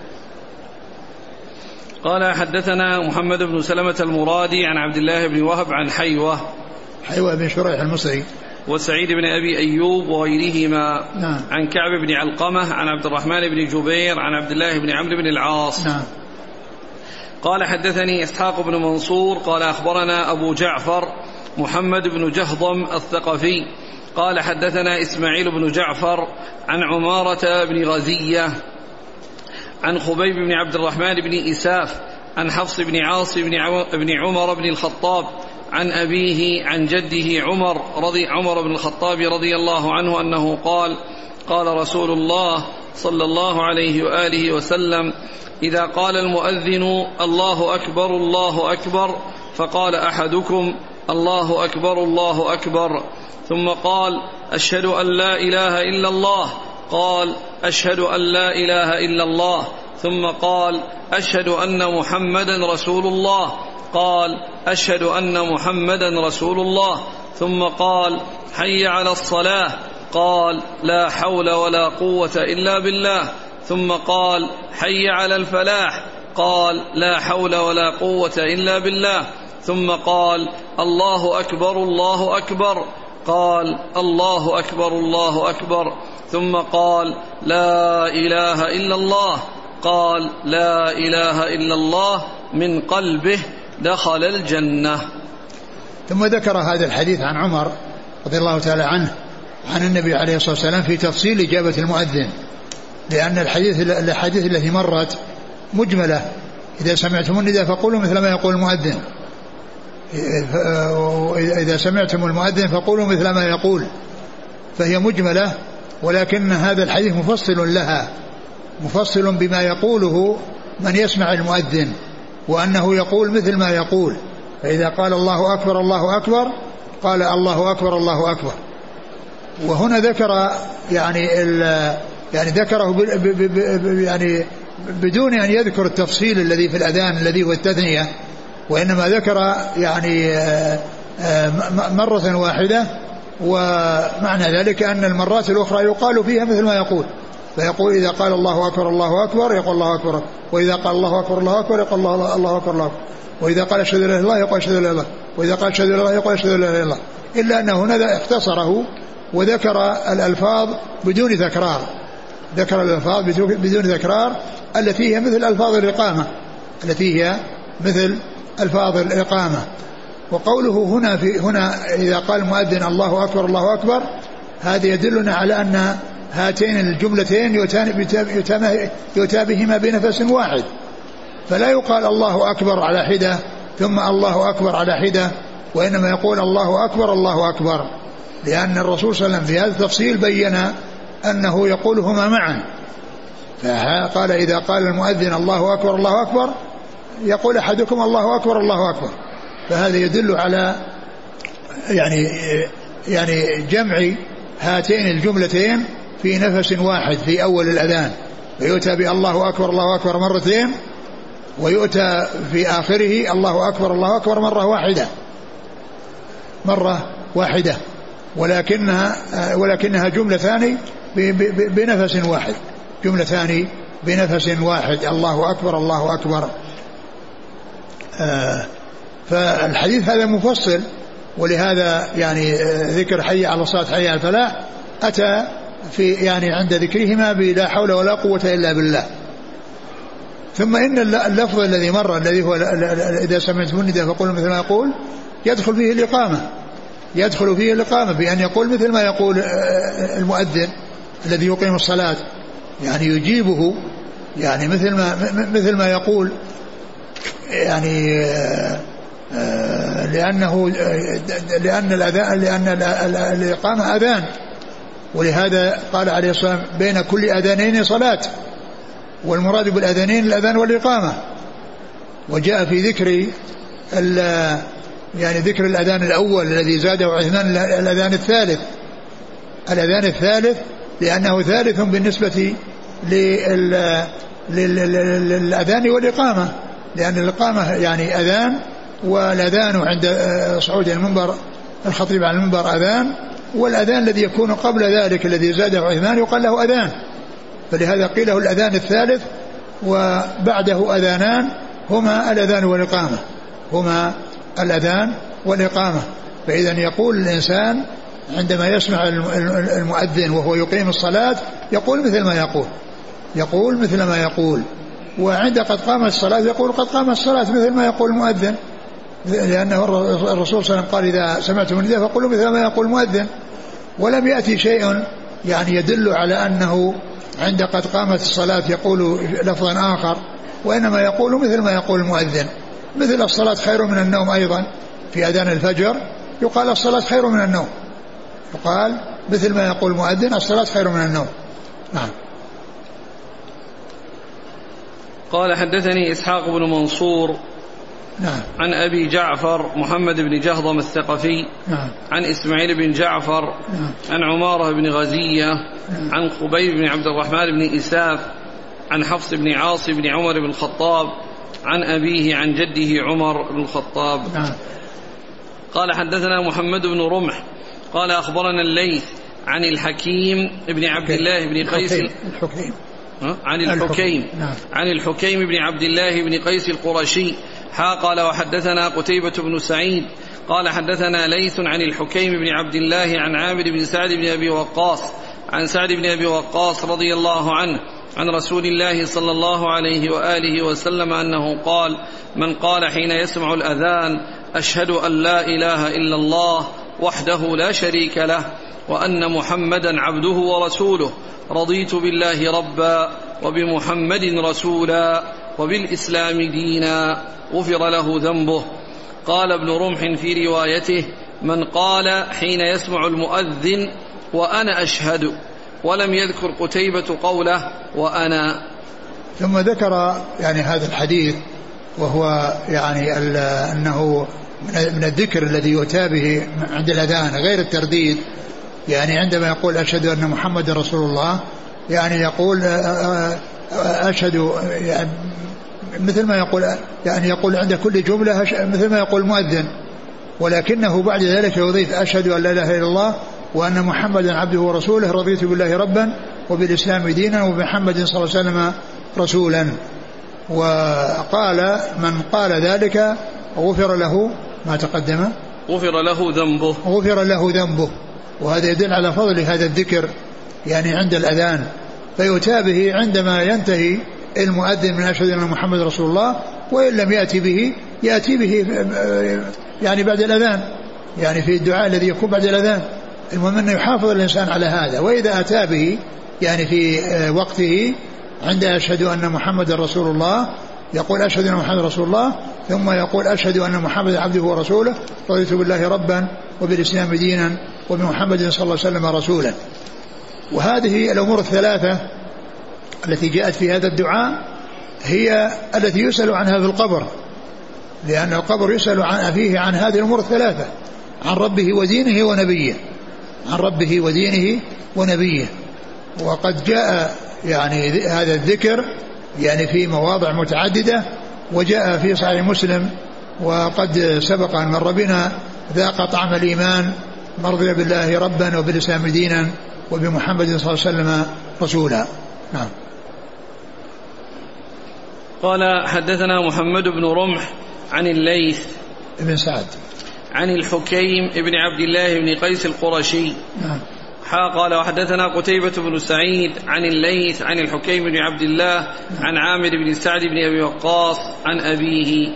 قال حدثنا محمد بن سلمة المرادي عن عبد الله بن وهب عن حيوة بن شريح المصري وسعيد بن أبي أيوب وغيرهما. نعم. عن كعب بن علقمة عن عبد الرحمن بن جبير عن عبد الله بن عمرو بن العاص. نعم. قال حدثني إسحاق بن منصور قال أخبرنا أبو جعفر محمد بن جهضم الثقفي قال حدثنا إسماعيل بن جعفر عن عمارة بن غزية عن خبيب بن عبد الرحمن بن إساف عن حفص بن عاص بن عمر بن الخطاب عن أبيه عن جده عمر بن الخطاب رضي الله عنه أنه قال قال رسول الله صلى الله عليه وآله وسلم إذا قال المؤذن الله أكبر الله أكبر فقال أحدكم الله أكبر الله أكبر ثم قال أشهد أن لا إله إلا الله قال أشهد أن لا إله إلا الله ثم قال أشهد أن محمدا رسول الله قال أشهد أن محمدا رسول الله ثم قال حي على الصلاة قال لا حول ولا قوة إلا بالله ثم قال حي على الفلاح قال لا حول ولا قوة إلا بالله ثم قال الله أكبر الله أكبر قال الله أكبر الله أكبر ثم قال لا إله إلا الله قال لا إله إلا الله من قلبه دخل الجنة. ثم ذكر هذا الحديث عن عمر رضي الله تعالى عنه عن النبي عليه الصلاة والسلام في تفصيل إجابة المؤذن، لأن الحديث التي مرت مجملة إذا سمعتم النداء فقولوا مثل ما يقول المؤذن، إذا سمعتم المؤذن فقولوا مثل ما يقول، فهي مجملة، ولكن هذا الحديث مفصل لها، مفصل بما يقوله من يسمع المؤذن، وأنه يقول مثل ما يقول. فإذا قال الله أكبر الله أكبر قال الله أكبر الله أكبر. وهنا ذكر يعني ذكره يعني بدون أن يذكر التفصيل الذي في الأذان الذي هو التثنية، وإنما ذكر يعني مرة واحدة، ومعنى ذلك أن المرات الأخرى يقال فيها مثل ما يقول، فيقول إذا قال الله أكبر الله أكبر يقول الله أكبر، وإذا قال الله أكبر الله أكبر يقول الله أكبر الله أكبر، وإذا قال أشهد أن لا إله إلا الله يقول أشهد أن لا إله إلا الله، وإذا قال أشهد أن لا إله إلا الله يقول أشهد أن لا إله إلا الله. إلا أنه هنا اختصره وذكر الألفاظ بدون تكرار، ذكر الألفاظ بدون تكرار التي هي مثل ألفاظ الإقامة، التي هي مثل ألفاظ الإقامة. وقوله هنا إذا قال المؤذن الله أكبر الله أكبر، هذا يدلنا على أن هاتين الجملتين يؤتى بهما بنفس واحد، فلا يقال الله أكبر على حدة ثم الله أكبر على حدة، وإنما يقول الله أكبر الله أكبر، لأن الرسول صلى الله عليه وسلم في هذا التفصيل بين أنه يقولهما معا. فقال إذا قال المؤذن الله أكبر الله أكبر يقول أحدكم الله أكبر الله أكبر. فهذا يدل على يعني جمع هاتين الجملتين في نفس واحد في أول الأذان، فيؤتى بالله أكبر الله أكبر مرتين، ويؤتى في آخره الله أكبر الله أكبر مرة واحدة، ولكنها جملتان بنفس واحد، جملتان بنفس واحد، الله أكبر الله أكبر. فالحديث هذا مفصل، ولهذا يعني ذكر حي على الصلاة حي على الفلاح أتى في يعني عند ذكرهما بلا حول ولا قوة إلا بالله. ثم إن اللفظ الذي مر الذي هو إذا سمعتم النداء فقولوا مثل ما يقول يدخل فيه الإقامة بأن يقول مثل ما يقول المؤذن الذي يقيم الصلاة، يعني يجيبه يعني مثل ما يقول، يعني لأن الإقامة أذان، ولهذا قال عليه الصلاة والسلام بين كل أذانين صلاة، والمراد بالأذانين الأذان والإقامة. وجاء في ذكر يعني ذكر الأذان الأول الذي زاده عثمان الأذان الثالث لأنه ثالث بالنسبة للأذان والإقامة، لأن الإقامة يعني أذان، والأذان عند صعود المنبر الخطيب على المنبر أذان، والأذان الذي يكون قبل ذلك الذي زاده عثمان يقال له أذان، فلهذا قيل له الأذان الثالث، وبعده أذانان هما الأذان والإقامة. فإذا يقول الإنسان عندما يسمع المؤذن وهو يقيم الصلاة يقول مثل ما يقول، وعند قد قامت الصلاة يقول قد قامت الصلاة مثل ما يقول المؤذن، لأنه الرسول صلى الله عليه وسلم قال إذا سمعتم النداء فقولوا مثل ما يقول المؤذن. ولم يأتي شيء يعني يدل على أنه عند قد قامت الصلاة يقول لفظا آخر، وإنما يقول مثل ما يقول المؤذن. مثل الصلاة خير من النوم أيضا في أذان الفجر يقال الصلاة خير من النوم، يقال مثل ما يقول المؤذن الصلاة خير من النوم. نعم. قال حدثني إسحاق بن منصور نعم. عن أبي جعفر محمد بن جهضم الثقفي نعم. عن إسماعيل بن جعفر نعم. عن عمارة بن غزية نعم. عن خبيب بن عبد الرحمن بن إساف عن حفص بن عاص بن عمر بن الخطاب عن أبيه عن جده عمر بن الخطاب. نعم. قال حدثنا محمد بن رمح قال أخبرنا الليث عن الحكيم بن عبد الله بن قيس عن الحكيم بن عبد الله بن قيس القرشي قال وحدثنا قتيبة بن سعيد قال حدثنا ليث عن الحكيم بن عبد الله عن عامر بن سعد بن أبي وقاص عن سعد بن أبي وقاص رضي الله عنه عن رسول الله صلى الله عليه وآله وسلم أنه قال من قال حين يسمع الأذان أشهد أن لا إله إلا الله وحده لا شريك له وأن محمدا عبده ورسوله رضيت بالله ربا وبمحمد رسولا وبالإسلام دينا غفر له ذنبه. قال ابن رمح في روايته من قال حين يسمع المؤذن وأنا أشهد، ولم يذكر قتيبة قوله وأنا. ثم ذكر يعني هذا الحديث، وهو يعني أنه من الذكر الذي يؤتى به عند الأذان غير الترديد، يعني عندما يقول أشهد أن محمد رسول الله يعني يقول أشهد يعني مثل ما يقول، يعني يقول عند كل جملة مثل ما يقول المؤذن، ولكنه بعد ذلك يضيف أشهد أن لا إله إلا الله وأن محمدا عبده ورسوله رضيت بالله ربا وبالإسلام دينا وبمحمد صلى الله عليه وسلم رسولا. وقال من قال ذلك غفر له ما تقدم، غفر له ذنبه. وهذا يدل على فضل هذا الذكر يعني عند الأذان، فيؤتى به عندما ينتهي المؤذن من أشهد أن محمد رسول الله، وإن لم يأتي به يعني بعد الأذان، يعني في الدعاء الذي يكون بعد الأذان. المهم أن يحافظ الإنسان على هذا، وإذا أتى به يعني في وقته عند أشهد أن محمد رسول الله يقول أشهد أن محمد رسول الله ثم يقول أشهد أن محمدا عبده ورسوله رضيت بالله ربا وبالإسلام دينا وبمحمد صلى الله عليه وسلم رسولا. وهذه الأمور الثلاثة التي جاءت في هذا الدعاء هي التي يسأل عنها في القبر، لأن القبر يسأل فيه عن هذه الأمور الثلاثة، عن ربه ودينه ونبيه، عن ربه ودينه ونبيه. وقد جاء يعني هذا الذكر يعني في مواضع متعددة، وجاء في صحيح مسلم وقد سبق أن مر بنا: ذاق طعم الإيمان من رضي بالله ربا وبالإسلام دينا وبمحمد صلى الله عليه وسلم رسولا. نعم. قال حدثنا محمد بن رمح عن الليث بن سعد عن الحكيم بن عبد الله بن قيس القرشي. نعم. قال وحدثنا قتيبة بن سعيد عن الليث عن الحكيم بن عبد الله عن عامر بن سعد بن أبي وقاص عن أبيه.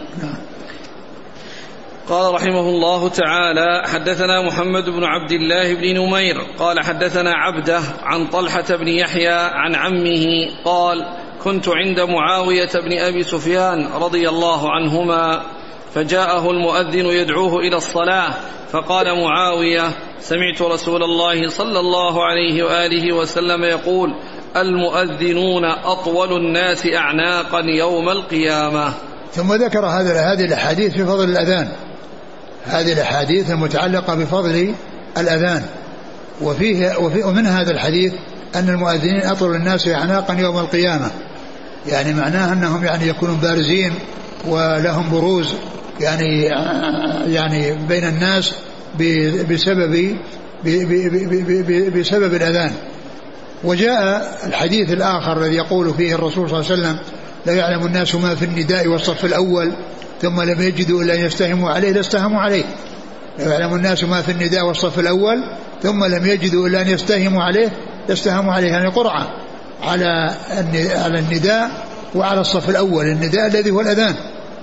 قال رحمه الله تعالى: حدثنا محمد بن عبد الله بن نمير قال حدثنا عبده عن طلحة بن يحيى عن عمه قال: كنت عند معاوية بن أبي سفيان رضي الله عنهما فجاءه المؤذن يدعوه إلى الصلاة، فقال معاوية: سمعت رسول الله صلى الله عليه وآله وسلم يقول: المؤذنون أطول الناس أعناقا يوم القيامة. ثم ذكر هذه الأحاديث في فضل الأذان، هذه الأحاديث المتعلقة بفضل الأذان. ومن هذا الحديث أن المؤذنين أطول الناس أعناقا يوم القيامة، يعني معناه أنهم يعني يكونون بارزين ولهم بروز يعني بين الناس بسبب الأذان. وجاء الحديث الآخر الذي يقول فيه الرسول صلى الله عليه وسلم: لا يعلم الناس ما في النداء والصف الأول ثم لم يجدوا إلا أن يستهموا عليه لاستهموا عليه. لا يعلم الناس ما في النداء والصف الأول ثم لم يجدوا إلا أن يستهموا عليه لاستهموا عليه، يعني قرعة على النداء وعلى الصف الأول، النداء الذي هو الأذان.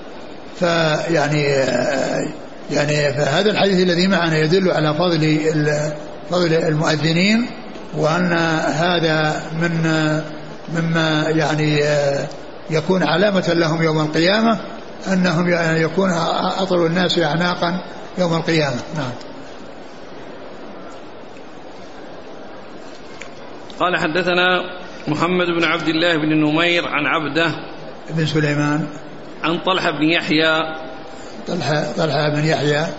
فهذا الحديث الذي معنا يدل على فضل المؤذنين، وأن هذا مما يعني يكون علامة لهم يوم القيامة، أنهم يكون أطول الناس أعناقا يوم القيامة. نعم. قال حدثنا محمد بن عبد الله بن نمير عن عبده بن سليمان عن طلحة بن يحيى طلحة بن يحيى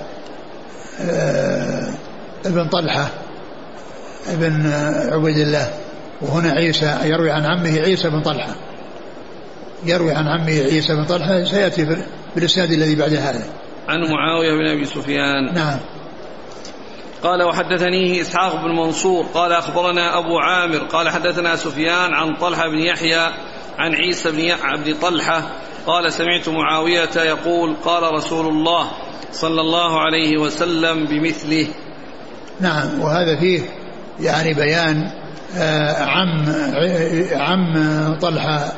ابن طلحة ابن عبيد الله، وهنا عيسى يروي عن عمه عيسى بن طلحة، يروي عن عمه عيسى بن طلحة، سيأتي بالإسناد الذي بعد هذا. عن معاوية بن أبي سفيان. نعم. قال وحدثنيه إسحاق بن منصور قال أخبرنا أبو عامر قال حدثنا سفيان عن طلحة بن يحيى عن عيسى بن عبد طلحة قال: سمعت معاوية يقول: قال رسول الله صلى الله عليه وسلم بمثله. نعم. وهذا فيه يعني بيان عم طلحة،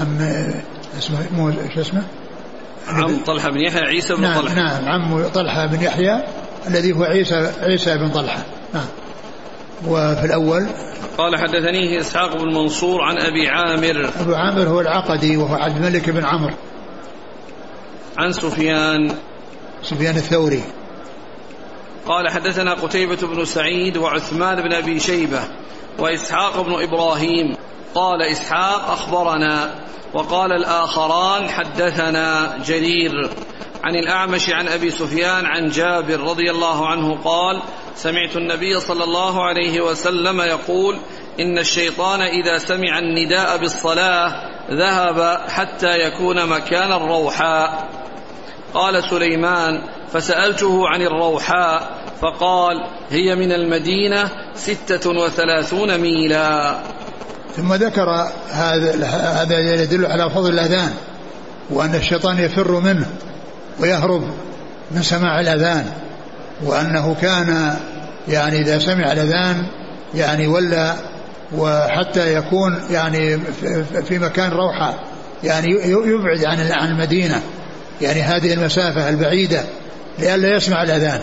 اسمه عم طلحة بن يحيى عيسى بن طلحة. نعم. عم طلحة بن يحيى الذي هو عيسى بن طلحة. نعم. وفي الأول قال حدثنيه إسحاق بن منصور عن أبي عامر. أبو عامر هو العقدي وهو عبد الملك بن عمرو. عن سفيان الثوري. قال حدثنا قتيبة بن سعيد وعثمان بن أبي شيبة وإسحاق بن إبراهيم. قال إسحاق: أخبرنا. وقال الآخران: حدثنا جرير. عن الأعمش عن أبي سفيان عن جابر رضي الله عنه قال: سمعت النبي صلى الله عليه وسلم يقول: إن الشيطان إذا سمع النداء بالصلاة ذهب حتى يكون مكان الروحاء. قال سليمان: فسألته عن الروحاء فقال: هي من المدينة 36 ميلا. ثم ذكر هذا يدل على فضل الأذان، وأن الشيطان يفر منه ويهرب من سماع الأذان، وأنه كان يعني إذا سمع الأذان يعني ولا وحتى يكون يعني في مكان روحة، يعني يبعد عن المدينة، يعني هذه المسافة البعيدة لئلا يسمع الأذان.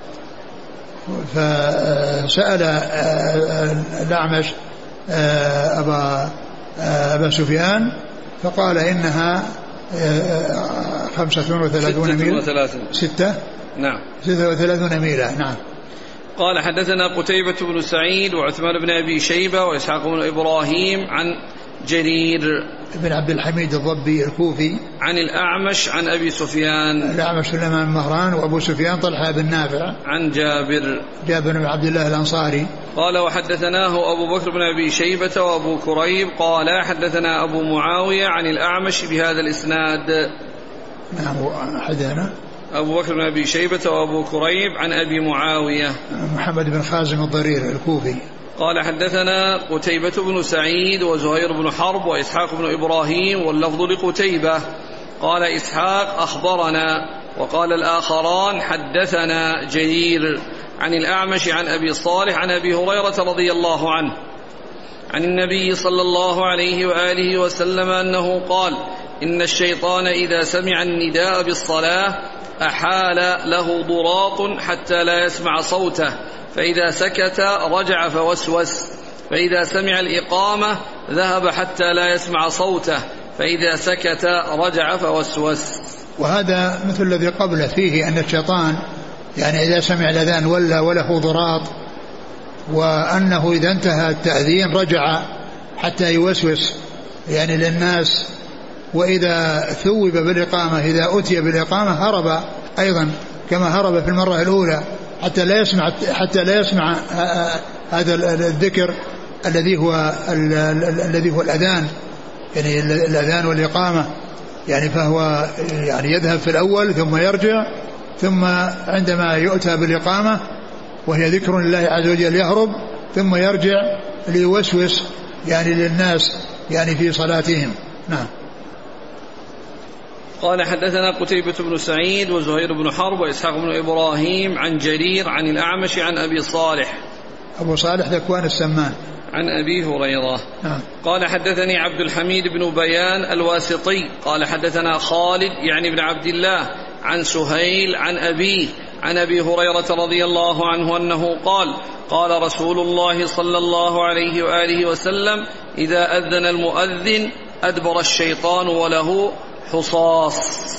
فسأل الأعمش أبا سفيان فقال: إنها 35 ميلا 36 ميلا. نعم. قال حدثنا قتيبة بن سعيد وعثمان بن أبي شيبة وإسحاق بن إبراهيم عن جرير بن عبد الحميد الضبي الكوفي عن الأعمش عن أبي سفيان. الأعمش سليمان بن مهران وأبو سفيان طلحة بن نافع عن جابر بن عبد الله الأنصاري. قال وحدثناه أبو بكر بن أبي شيبة وأبو كريب قال حدثنا أبو معاوية عن الأعمش بهذا الإسناد. نعم. حدثنا أبو بكر بن أبي شيبة وأبو كريب عن أبي معاوية محمد بن خازم الضرير الكوفي. قال حدثنا قتيبة بن سعيد وزهير بن حرب وإسحاق بن إبراهيم واللفظ لقتيبة. قال إسحاق أخبرنا وقال الآخران حدثنا جرير عن الأعمش عن أبي صالح عن أبي هريرة رضي الله عنه عن النبي صلى الله عليه وآله وسلم أنه قال إن الشيطان إذا سمع النداء بالصلاة أحال له ضراط حتى لا يسمع صوته فإذا سكت رجع فوسوس فإذا سمع الإقامة ذهب حتى لا يسمع صوته فإذا سكت رجع فوسوس. وهذا مثل الذي قبله فيه أن الشيطان يعني إذا سمع الأذان وله ضراط وأنه إذا انتهى التأذين رجع حتى يوسوس يعني للناس وإذا ثوب بالإقامة إذا أتي بالإقامة هرب أيضا كما هرب في المرة الأولى حتى لا يسمع هذا الذكر الذي هو الأذان يعني الأذان والإقامة يعني فهو يعني يذهب في الأول ثم يرجع ثم عندما يؤتى بالإقامة وهي ذكر الله عز وجل يهرب ثم يرجع ليوسوس يعني للناس يعني في صلاتهم. نعم. قال حدثنا قتيبة بن سعيد وزهير بن حرب وإسحاق بن إبراهيم عن جرير عن الأعمش عن أبي صالح أبو صالح ذكوان السمان عن أبي هريرة. قال حدثني عبد الحميد بن بيان الواسطي قال حدثنا خالد يعني بن عبد الله عن سهيل عن أبيه عن أبي هريرة رضي الله عنه أنه قال قال رسول الله صلى الله عليه وآله وسلم إذا أذن المؤذن أدبر الشيطان وله حصاص.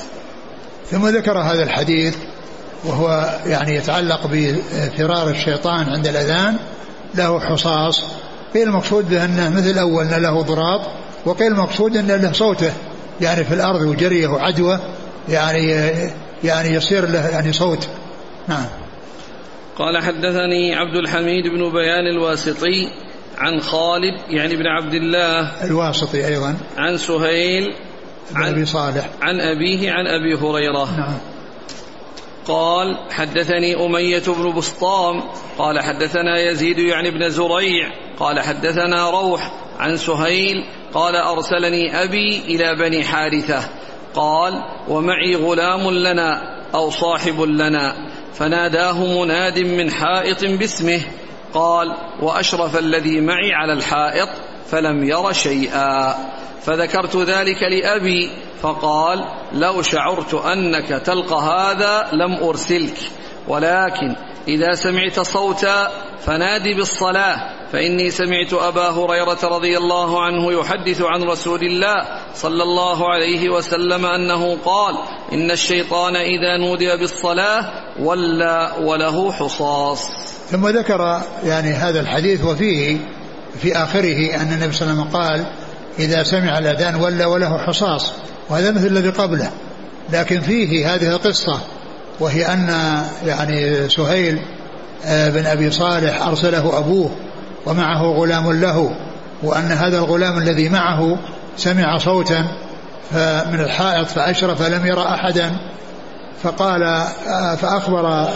ثم ذكر هذا الحديث وهو يعني يتعلق بفرار الشيطان عند الأذان له حصاص. قيل المقصود به أنه مثل الأول أن له ضراط وقيل المقصود أن له صوته يعني في الأرض وجريه وعدوه يعني يصير له يعني صوت. نعم. قال حدثني عبد الحميد بن بيان الواسطي عن خالد يعني بن عبد الله الواسطي أيضا عن سهيل عن أبي صالح عن أبيه عن أبي هريرة. نعم. قال حدثني أمية بن بسطام قال حدثنا يزيد يعني بن زريع قال حدثنا روح عن سهيل قال أرسلني أبي إلى بني حارثة قال ومعي غلام لنا أو صاحب لنا فناداه مناد من حائط باسمه قال وأشرف الذي معي على الحائط فلم ير شيئا فذكرت ذلك لأبي فقال لو شعرت أنك تلقى هذا لم أرسلك ولكن إذا سمعت صوتا فنادي بالصلاة فإني سمعت أبا هريرة رضي الله عنه يحدث عن رسول الله صلى الله عليه وسلم أنه قال إن الشيطان إذا نودي بالصلاة ولى وله حصاص. ثم ذكر يعني هذا الحديث وفيه في آخره أن النبي صلى الله عليه وسلم قال إذا سمع الأذان ولى وله حصاص وهذا مثل الذي قبله لكن فيه هذه القصة وهي أن يعني سهيل بن أبي صالح أرسله أبوه ومعه غلام له وأن هذا الغلام الذي معه سمع صوتا من الحائط فأشرف فلم يرى أحدا فقال فأخبر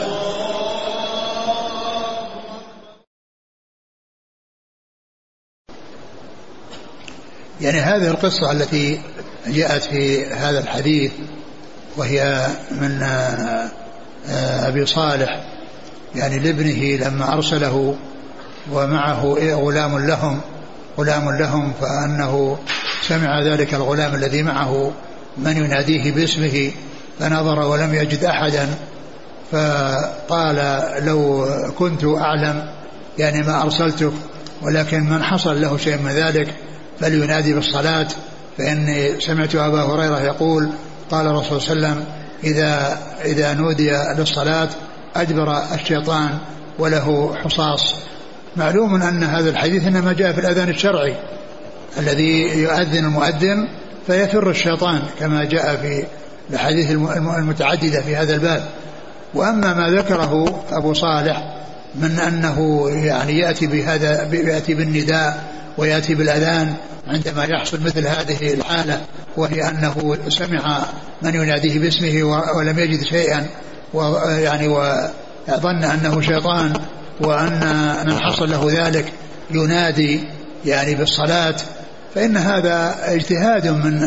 يعني هذه القصة التي جاءت في هذا الحديث وهي من أبي صالح يعني لابنه لما أرسله ومعه غلام لهم فأنه سمع ذلك الغلام الذي معه من يناديه باسمه فنظر ولم يجد أحدا فقال لو كنت أعلم يعني ما أرسلتك ولكن من حصل له شيء من ذلك فلينادي بالصلاة فإني سمعت أبا هريرة يقول قال الرسول صلى الله عليه وسلم إذا نودي للصلاة أدبر الشيطان وله حصاص. معلوم أن هذا الحديث إنما جاء في الأذان الشرعي الذي يؤذن المؤذن فيفر الشيطان كما جاء في الحديث المتعددة في هذا الباب. وأما ما ذكره أبو صالح من أنه يعني يأتي بالنداء ويأتي بالأذان عندما يحصل مثل هذه الحالة، وهي أنه سمع من يناديه باسمه ولم يجد شيئا ويعني وظن أنه شيطان، وأن من حصل له ذلك ينادي يعني بالصلاة، فإن هذا اجتهاد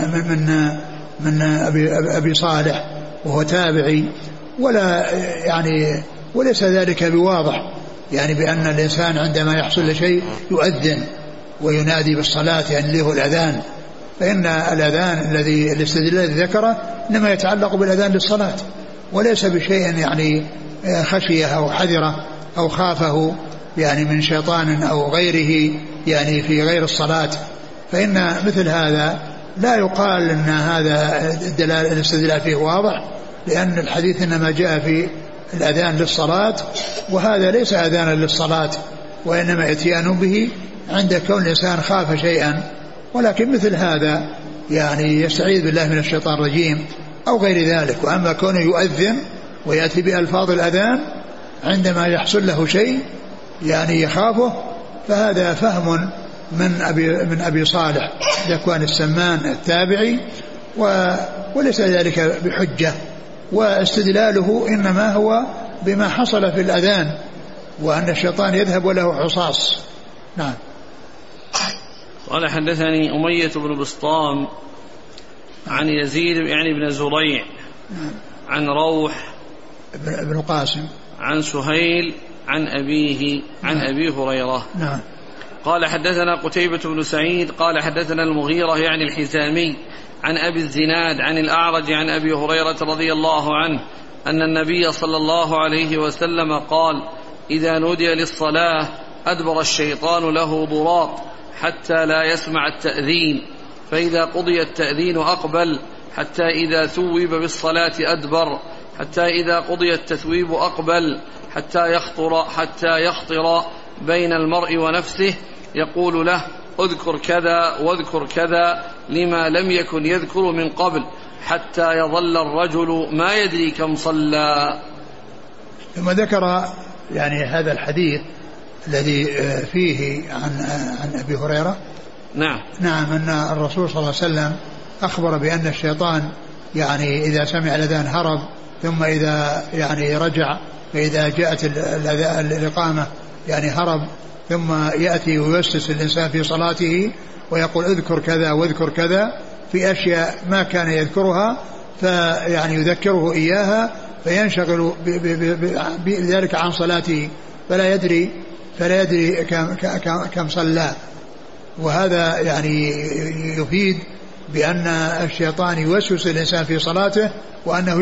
من أبي صالح وهو تابعي، ولا يعني وليس ذلك بواضح يعني بأن الإنسان عندما يحصل له شيء يؤذن وينادي بالصلاة يعني له الأذان. فإن الأذان الاستدلال الذي ذكره إنما يتعلق بالأذان للصلاة، وليس بشيء يعني خشيه أو حذره أو خافه يعني من شيطان أو غيره يعني في غير الصلاة. فإن مثل هذا لا يقال أن هذا الاستدلال فيه واضح، لأن الحديث إنما جاء في الأذان للصلاة، وهذا ليس أذانا للصلاة، وإنما اتيان به عند كون الإنسان خاف شيئا. ولكن مثل هذا يعني يستعيذ بالله من الشيطان الرجيم أو غير ذلك. وأما كونه يؤذن ويأتي بألفاظ الأذان عندما يحصل له شيء يعني يخافه، فهذا فهم من أبي صالح ذكوان السمان التابعي، وليس ذلك بحجة، واستدلاله إنما هو بما حصل في الأذان وأن الشيطان يذهب وله حصاص. نعم. قال حدثني أمية بن بسطام عن يزيد يعني بن زريع عن روح بن القاسم عن سهيل عن أبيه عن أبي هريرة. نعم. قال حدثنا قتيبة بن سعيد قال حدثنا المغيرة يعني الحزامي عن أبي الزناد عن الأعرج عن أبي هريرة رضي الله عنه أن النبي صلى الله عليه وسلم قال: إذا نودي للصلاة أدبر الشيطان له ضراط حتى لا يسمع التأذين، فإذا قضي التأذين أقبل حتى إذا ثوب بالصلاة أدبر، حتى إذا قضي التثويب أقبل حتى يخطر بين المرء ونفسه يقول له: اذكر كذا واذكر كذا لما لم يكن يذكر من قبل، حتى يظل الرجل ما يدري كم صلى. ثم ذكر يعني هذا الحديث الذي فيه عن أبي هريرة. نعم أن الرسول صلى الله عليه وسلم أخبر بأن الشيطان يعني إذا سمع الأذان هرب، ثم إذا يعني رجع فإذا جاءت الإقامة يعني هرب، ثم يأتي ويوسوس الإنسان في صلاته ويقول اذكر كذا واذكر كذا في أشياء ما كان يذكرها، فيعني يذكره إياها فينشغل بذلك عن صلاته فلا يدري كم صلى. وهذا يعني يفيد بأن الشيطان يوسوس الإنسان في صلاته وأنه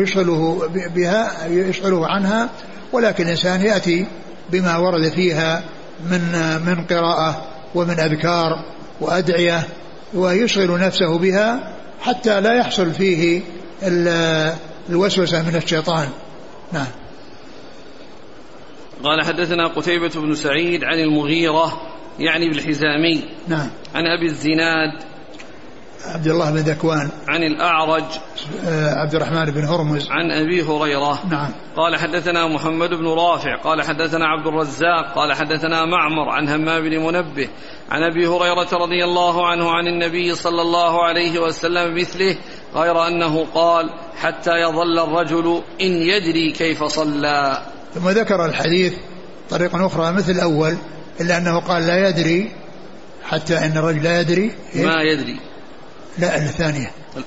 يشغله عنها، ولكن الإنسان يأتي بما ورد فيها من قراءة ومن أذكار وأدعية ويشغل نفسه بها حتى لا يحصل فيه الوسوسة من الشيطان. نعم. قال حدثنا قتيبة بن سعيد عن المغيرة يعني بالحزامي. نعم. عن أبي الزناد عبد الله بن ذكوان عن الأعرج عبد الرحمن بن هرمز عن أبي هريرة. نعم. قال حدثنا محمد بن رافع قال حدثنا عبد الرزاق قال حدثنا معمر عن همام بن منبه عن أبي هريرة رضي الله عنه عن النبي صلى الله عليه وسلم مثله، غير أنه قال: حتى يظل الرجل إن يدري كيف صلى. ثم ذكر الحديث طريقة أخرى مثل الأول، إلا أنه قال لا يدري، حتى إن الرجل لا يدري ما يدري. لا، الثانية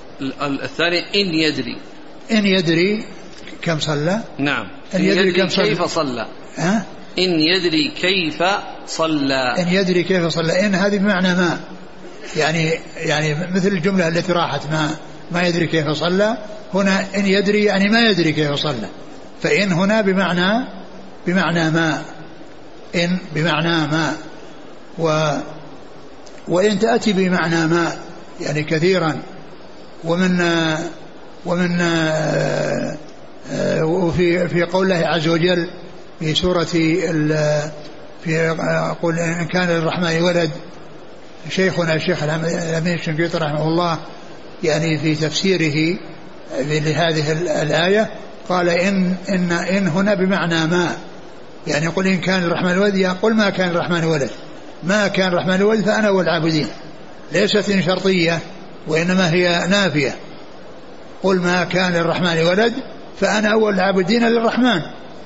إن يدري كم صلى. نعم. إن يدري كيف صلى. إن يدري كيف صلى. إن يدري كيف صلى. إن هذه بمعنى ما، يعني مثل الجملة التي راحت ما يدري كيف صلى. هنا إن يدري يعني ما يدري كيف صلى، فإن هنا بمعنى ما، إن بمعنى ما، وإن تأتي بمعنى ما يعني كثيرا. ومن وفي قول الله عز وجل في سورة في قل إن كان للرحمن ولد، شيخنا الشيخ الأمين الشنقيطي رحمه الله يعني في تفسيره لهذه الآية قال إن هنا بمعنى ما، يعني يقول إن كان الرحمن ولد، يقول ما كان الرحمن ولد، ما كان الرحمن ولد فأنا والعابدين، ليست إن شرطية وإنما هي نافية. قل ما كان للرحمن ولد فأنا أول العابدين للرحمن،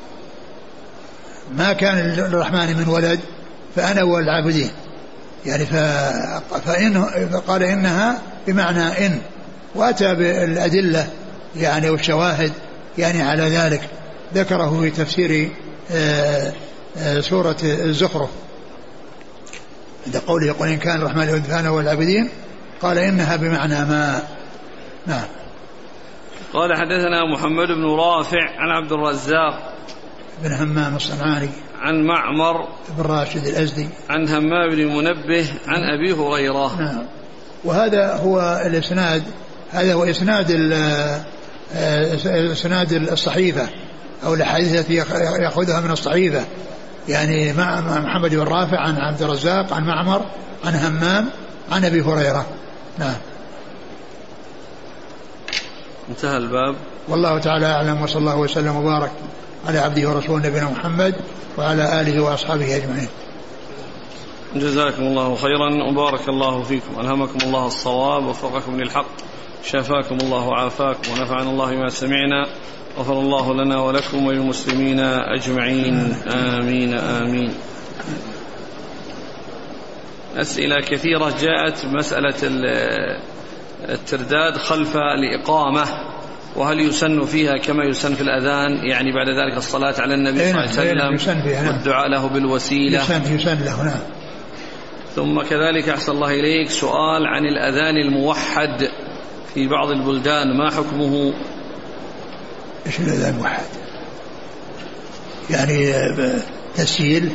ما كان للرحمن من ولد فأنا أول العابدين، يعني فإن قال إنها بمعنى إن، وأتى بالأدلة يعني والشواهد يعني على ذلك، ذكره في تفسير سورة الزخرف عند قوله يقول إن كان الرحمن ولد فأنا أول العابدين، قال إنها بمعنى ما. نعم. قال حدثنا محمد بن رافع عن عبد الرزاق بن همام الصنعاني عن معمر بن راشد الأزدي عن همام بن منبه عن أبي هريرة. نعم. وهذا هو الإسناد، هذا هو إسناد الصحيفة أو الحديث التي يأخذها من الصحيفة، يعني مع محمد بن رافع عن عبد الرزاق عن معمر عن همام عن أبي هريرة. نعم. انتهى الباب. والله تعالى أعلم، وصلى الله وسلم وبارك على عبده ورسوله نبينا محمد وعلى آله وأصحابه أجمعين. جزاكم الله خيرا وبارك الله فيكم، ألهمكم الله الصواب ووفقكم للحق، شفاكم الله وعافاكم، ونفعنا الله ما سمعنا، غفر الله لنا ولكم وللمسلمين أجمعين، آمين آمين. أسئلة كثيرة جاءت، مسألة الترداد خلف الإقامة، وهل يسن فيها كما يسن في الأذان، يعني بعد ذلك الصلاة على النبي صلى الله عليه وسلم والدعاء له بالوسيلة، يسن له. نعم. ثم كذلك أحسن الله إليك سؤال عن الأذان الموحد في بعض البلدان، ما حكمه؟ إيش الأذان الموحد؟ يعني تسجيل،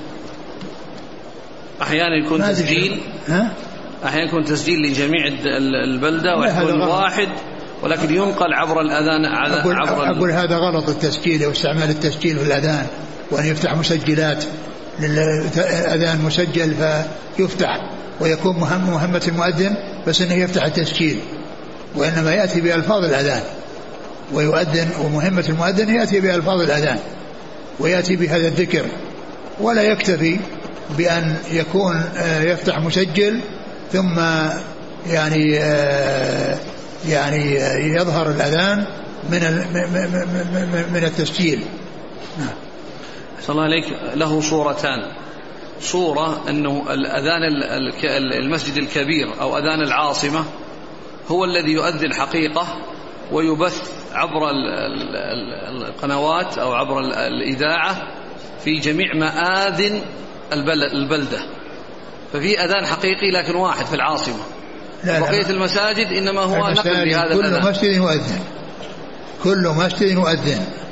أحيانا يكون تسجيل، أحيانا يكون تسجيل لجميع البلدة ويكون واحد، ولكن ينقل عبر الأذان. أقول هذا غلط، التسجيل واستعمال التسجيل في الأذان، وأن يفتح مسجلات للأذان مسجل فيفتح ويكون مهمة المؤذن بس أنه يفتح التسجيل، وإنما يأتي بألفاظ الأذان ويؤذن، ومهمة المؤذن يأتي بألفاظ الأذان ويأتي بهذا الذكر، ولا يكتفي بأن يكون يفتح مسجل ثم يعني يظهر الأذان من التسجيل. صلى الله عليك. له صورتان، صورة أنه الأذان المسجد الكبير أو أذان العاصمة هو الذي يؤذن حقيقة ويبث عبر القنوات أو عبر الإذاعة في جميع مآذن البلدة، ففي أذان حقيقي لكن واحد في العاصمة. بقية المساجد إنما هو نقل بهذا الأذان. كل مسجد يؤذن